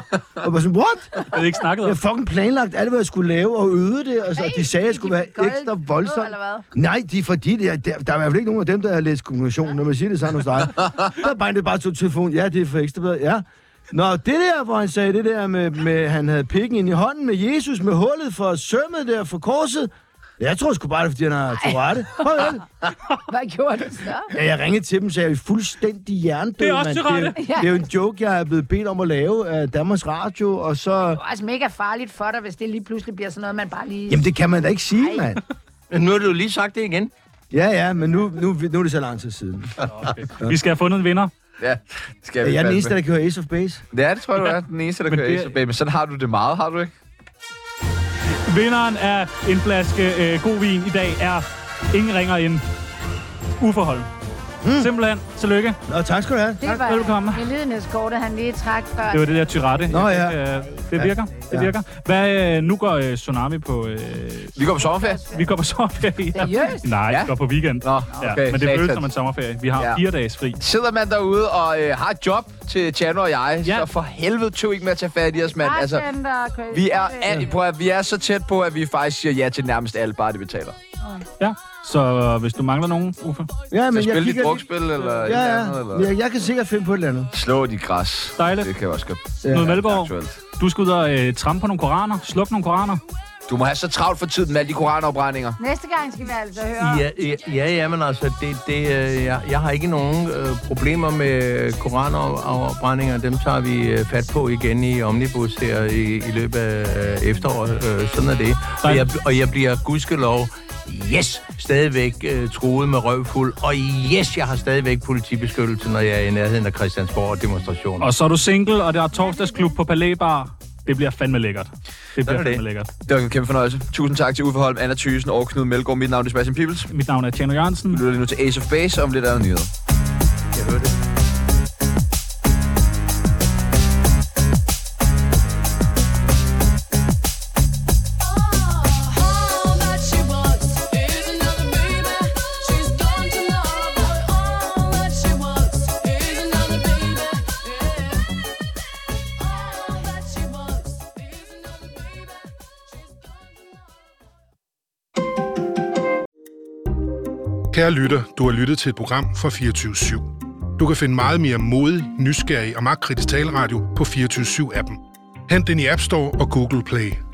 Og var sådan, what? Jeg ikke snakket Jeg om. har fucking planlagt alt, hvad jeg skulle lave, og øvede det, og så Hey, de sagde, at jeg skulle være gik de ekstra goldt voldsom. ud, eller hvad? Nej, de er fordi, der, der, der er i hvert fald ikke nogen af dem, der har læst kommunikation, når man siger det sådan hos dig. Så bare det bare tog telefon, ja, det er for ekstra bedre, ja. Nå, det der, hvor han sagde det der med, med han havde pikken ind i hånden med Jesus, med hullet for sømmet der for korset. Jeg tror sgu bare, det er, fordi han har Tourette. Hold. Hvad gjorde du så? Ja, jeg ringede til dem og sagde, jeg er fuldstændig hjernedød, Det er også mand. Tourette. Det, er jo- det er jo en joke, jeg er blevet bedt om at lave af Danmarks Radio, og så... Det er altså mega farligt for dig, hvis det lige pludselig bliver sådan noget, man bare lige... Jamen, det kan man da ikke sige, Ej. mand. Men nu har du lige sagt det igen. Ja, ja, men nu, nu, nu er det så lang tid siden. Okay. Vi skal have fundet en vinder. Ja, det skal Er vi jeg den fandme. eneste, der kan høre Ace of Base? Ja, det tror jeg, du er den eneste, der Men kører det- Ace of Base. Men sådan har du det meget, har du ikke? Vinderen af en flaske øh, god vin i dag er ingen ringer end Uffe Holm. Mm. Simpelthen, tillykke. Nå, tak skal du have. Det var velkommen. en lidenhedskorte, han lige trak før. Det var det der tyrette. Nå, ja. Øh, det virker. Det virker. Hvad, øh, nu går øh, Tsunami på... Øh, Vi går på sommerferie. vi går på sommerferie. Seriøst? Nej, Ja. vi går på weekend. Nå, Ja, okay. men det føles Satan. som en sommerferie. Vi har Ja. fire dages fri. Sidder man derude og øh, har et job til Tjerno og jeg, Ja. så for helvede tøv ikke med at tage fat i os, mand. Altså, vi er, al, prøv at, vi er så tæt på, at vi faktisk siger ja til nærmest alt, bare det betaler. Ja, så øh, hvis du mangler nogen, Uffe, Ja, Men men så jeg spille dit kigger... drukspil eller et Ja, eller andet, ja. eller Jeg, jeg kan sikkert finde på et eller andet. slå dit græs. Dejligt. Det kan jeg også godt. Ja. Knud Melgaard, Aktuelt. du skal ud og øh, trampe på nogle koraner, slukke nogle koraner. Du må have så travlt for tiden med alle de koranafbrændinger. Næste gang skal vi altså høre. Ja, ja, ja, ja, men altså, det, det, øh, jeg, jeg har ikke nogen øh, problemer med koranafbrændinger. Dem tager vi øh, fat på igen i Omnibus her i, i løbet af øh, efteråret. Øh, sådan er det. Og jeg, og jeg bliver gudskelov, yes, stadigvæk øh, truet med røvfuld. Og yes, jeg har stadigvæk politibeskyttelse, når jeg er i nærheden af Christiansborg og demonstrationer. Og så er du single, og der er torsdagsklub på Palæ Bar. Det bliver fandme lækkert. Det bliver er det. fandme lækkert. Det var en kæmpe fornøjelse. Tusind tak til Uffe Holm, Anna Thysen og Knud Melgaard. Mit navn er Sebastian Pibels. Mit navn er Tjerno Jørgensen. Vi lytter lige nu til Ace of Base om lidt andet nyheder. Jeg hører det. Kære lytter, du har lyttet til et program fra fireogtyve syv. Du kan finde meget mere modig, nysgerrig og magtkritisk taleradio på fireogtyve syv appen. Hent den i App Store og Google Play.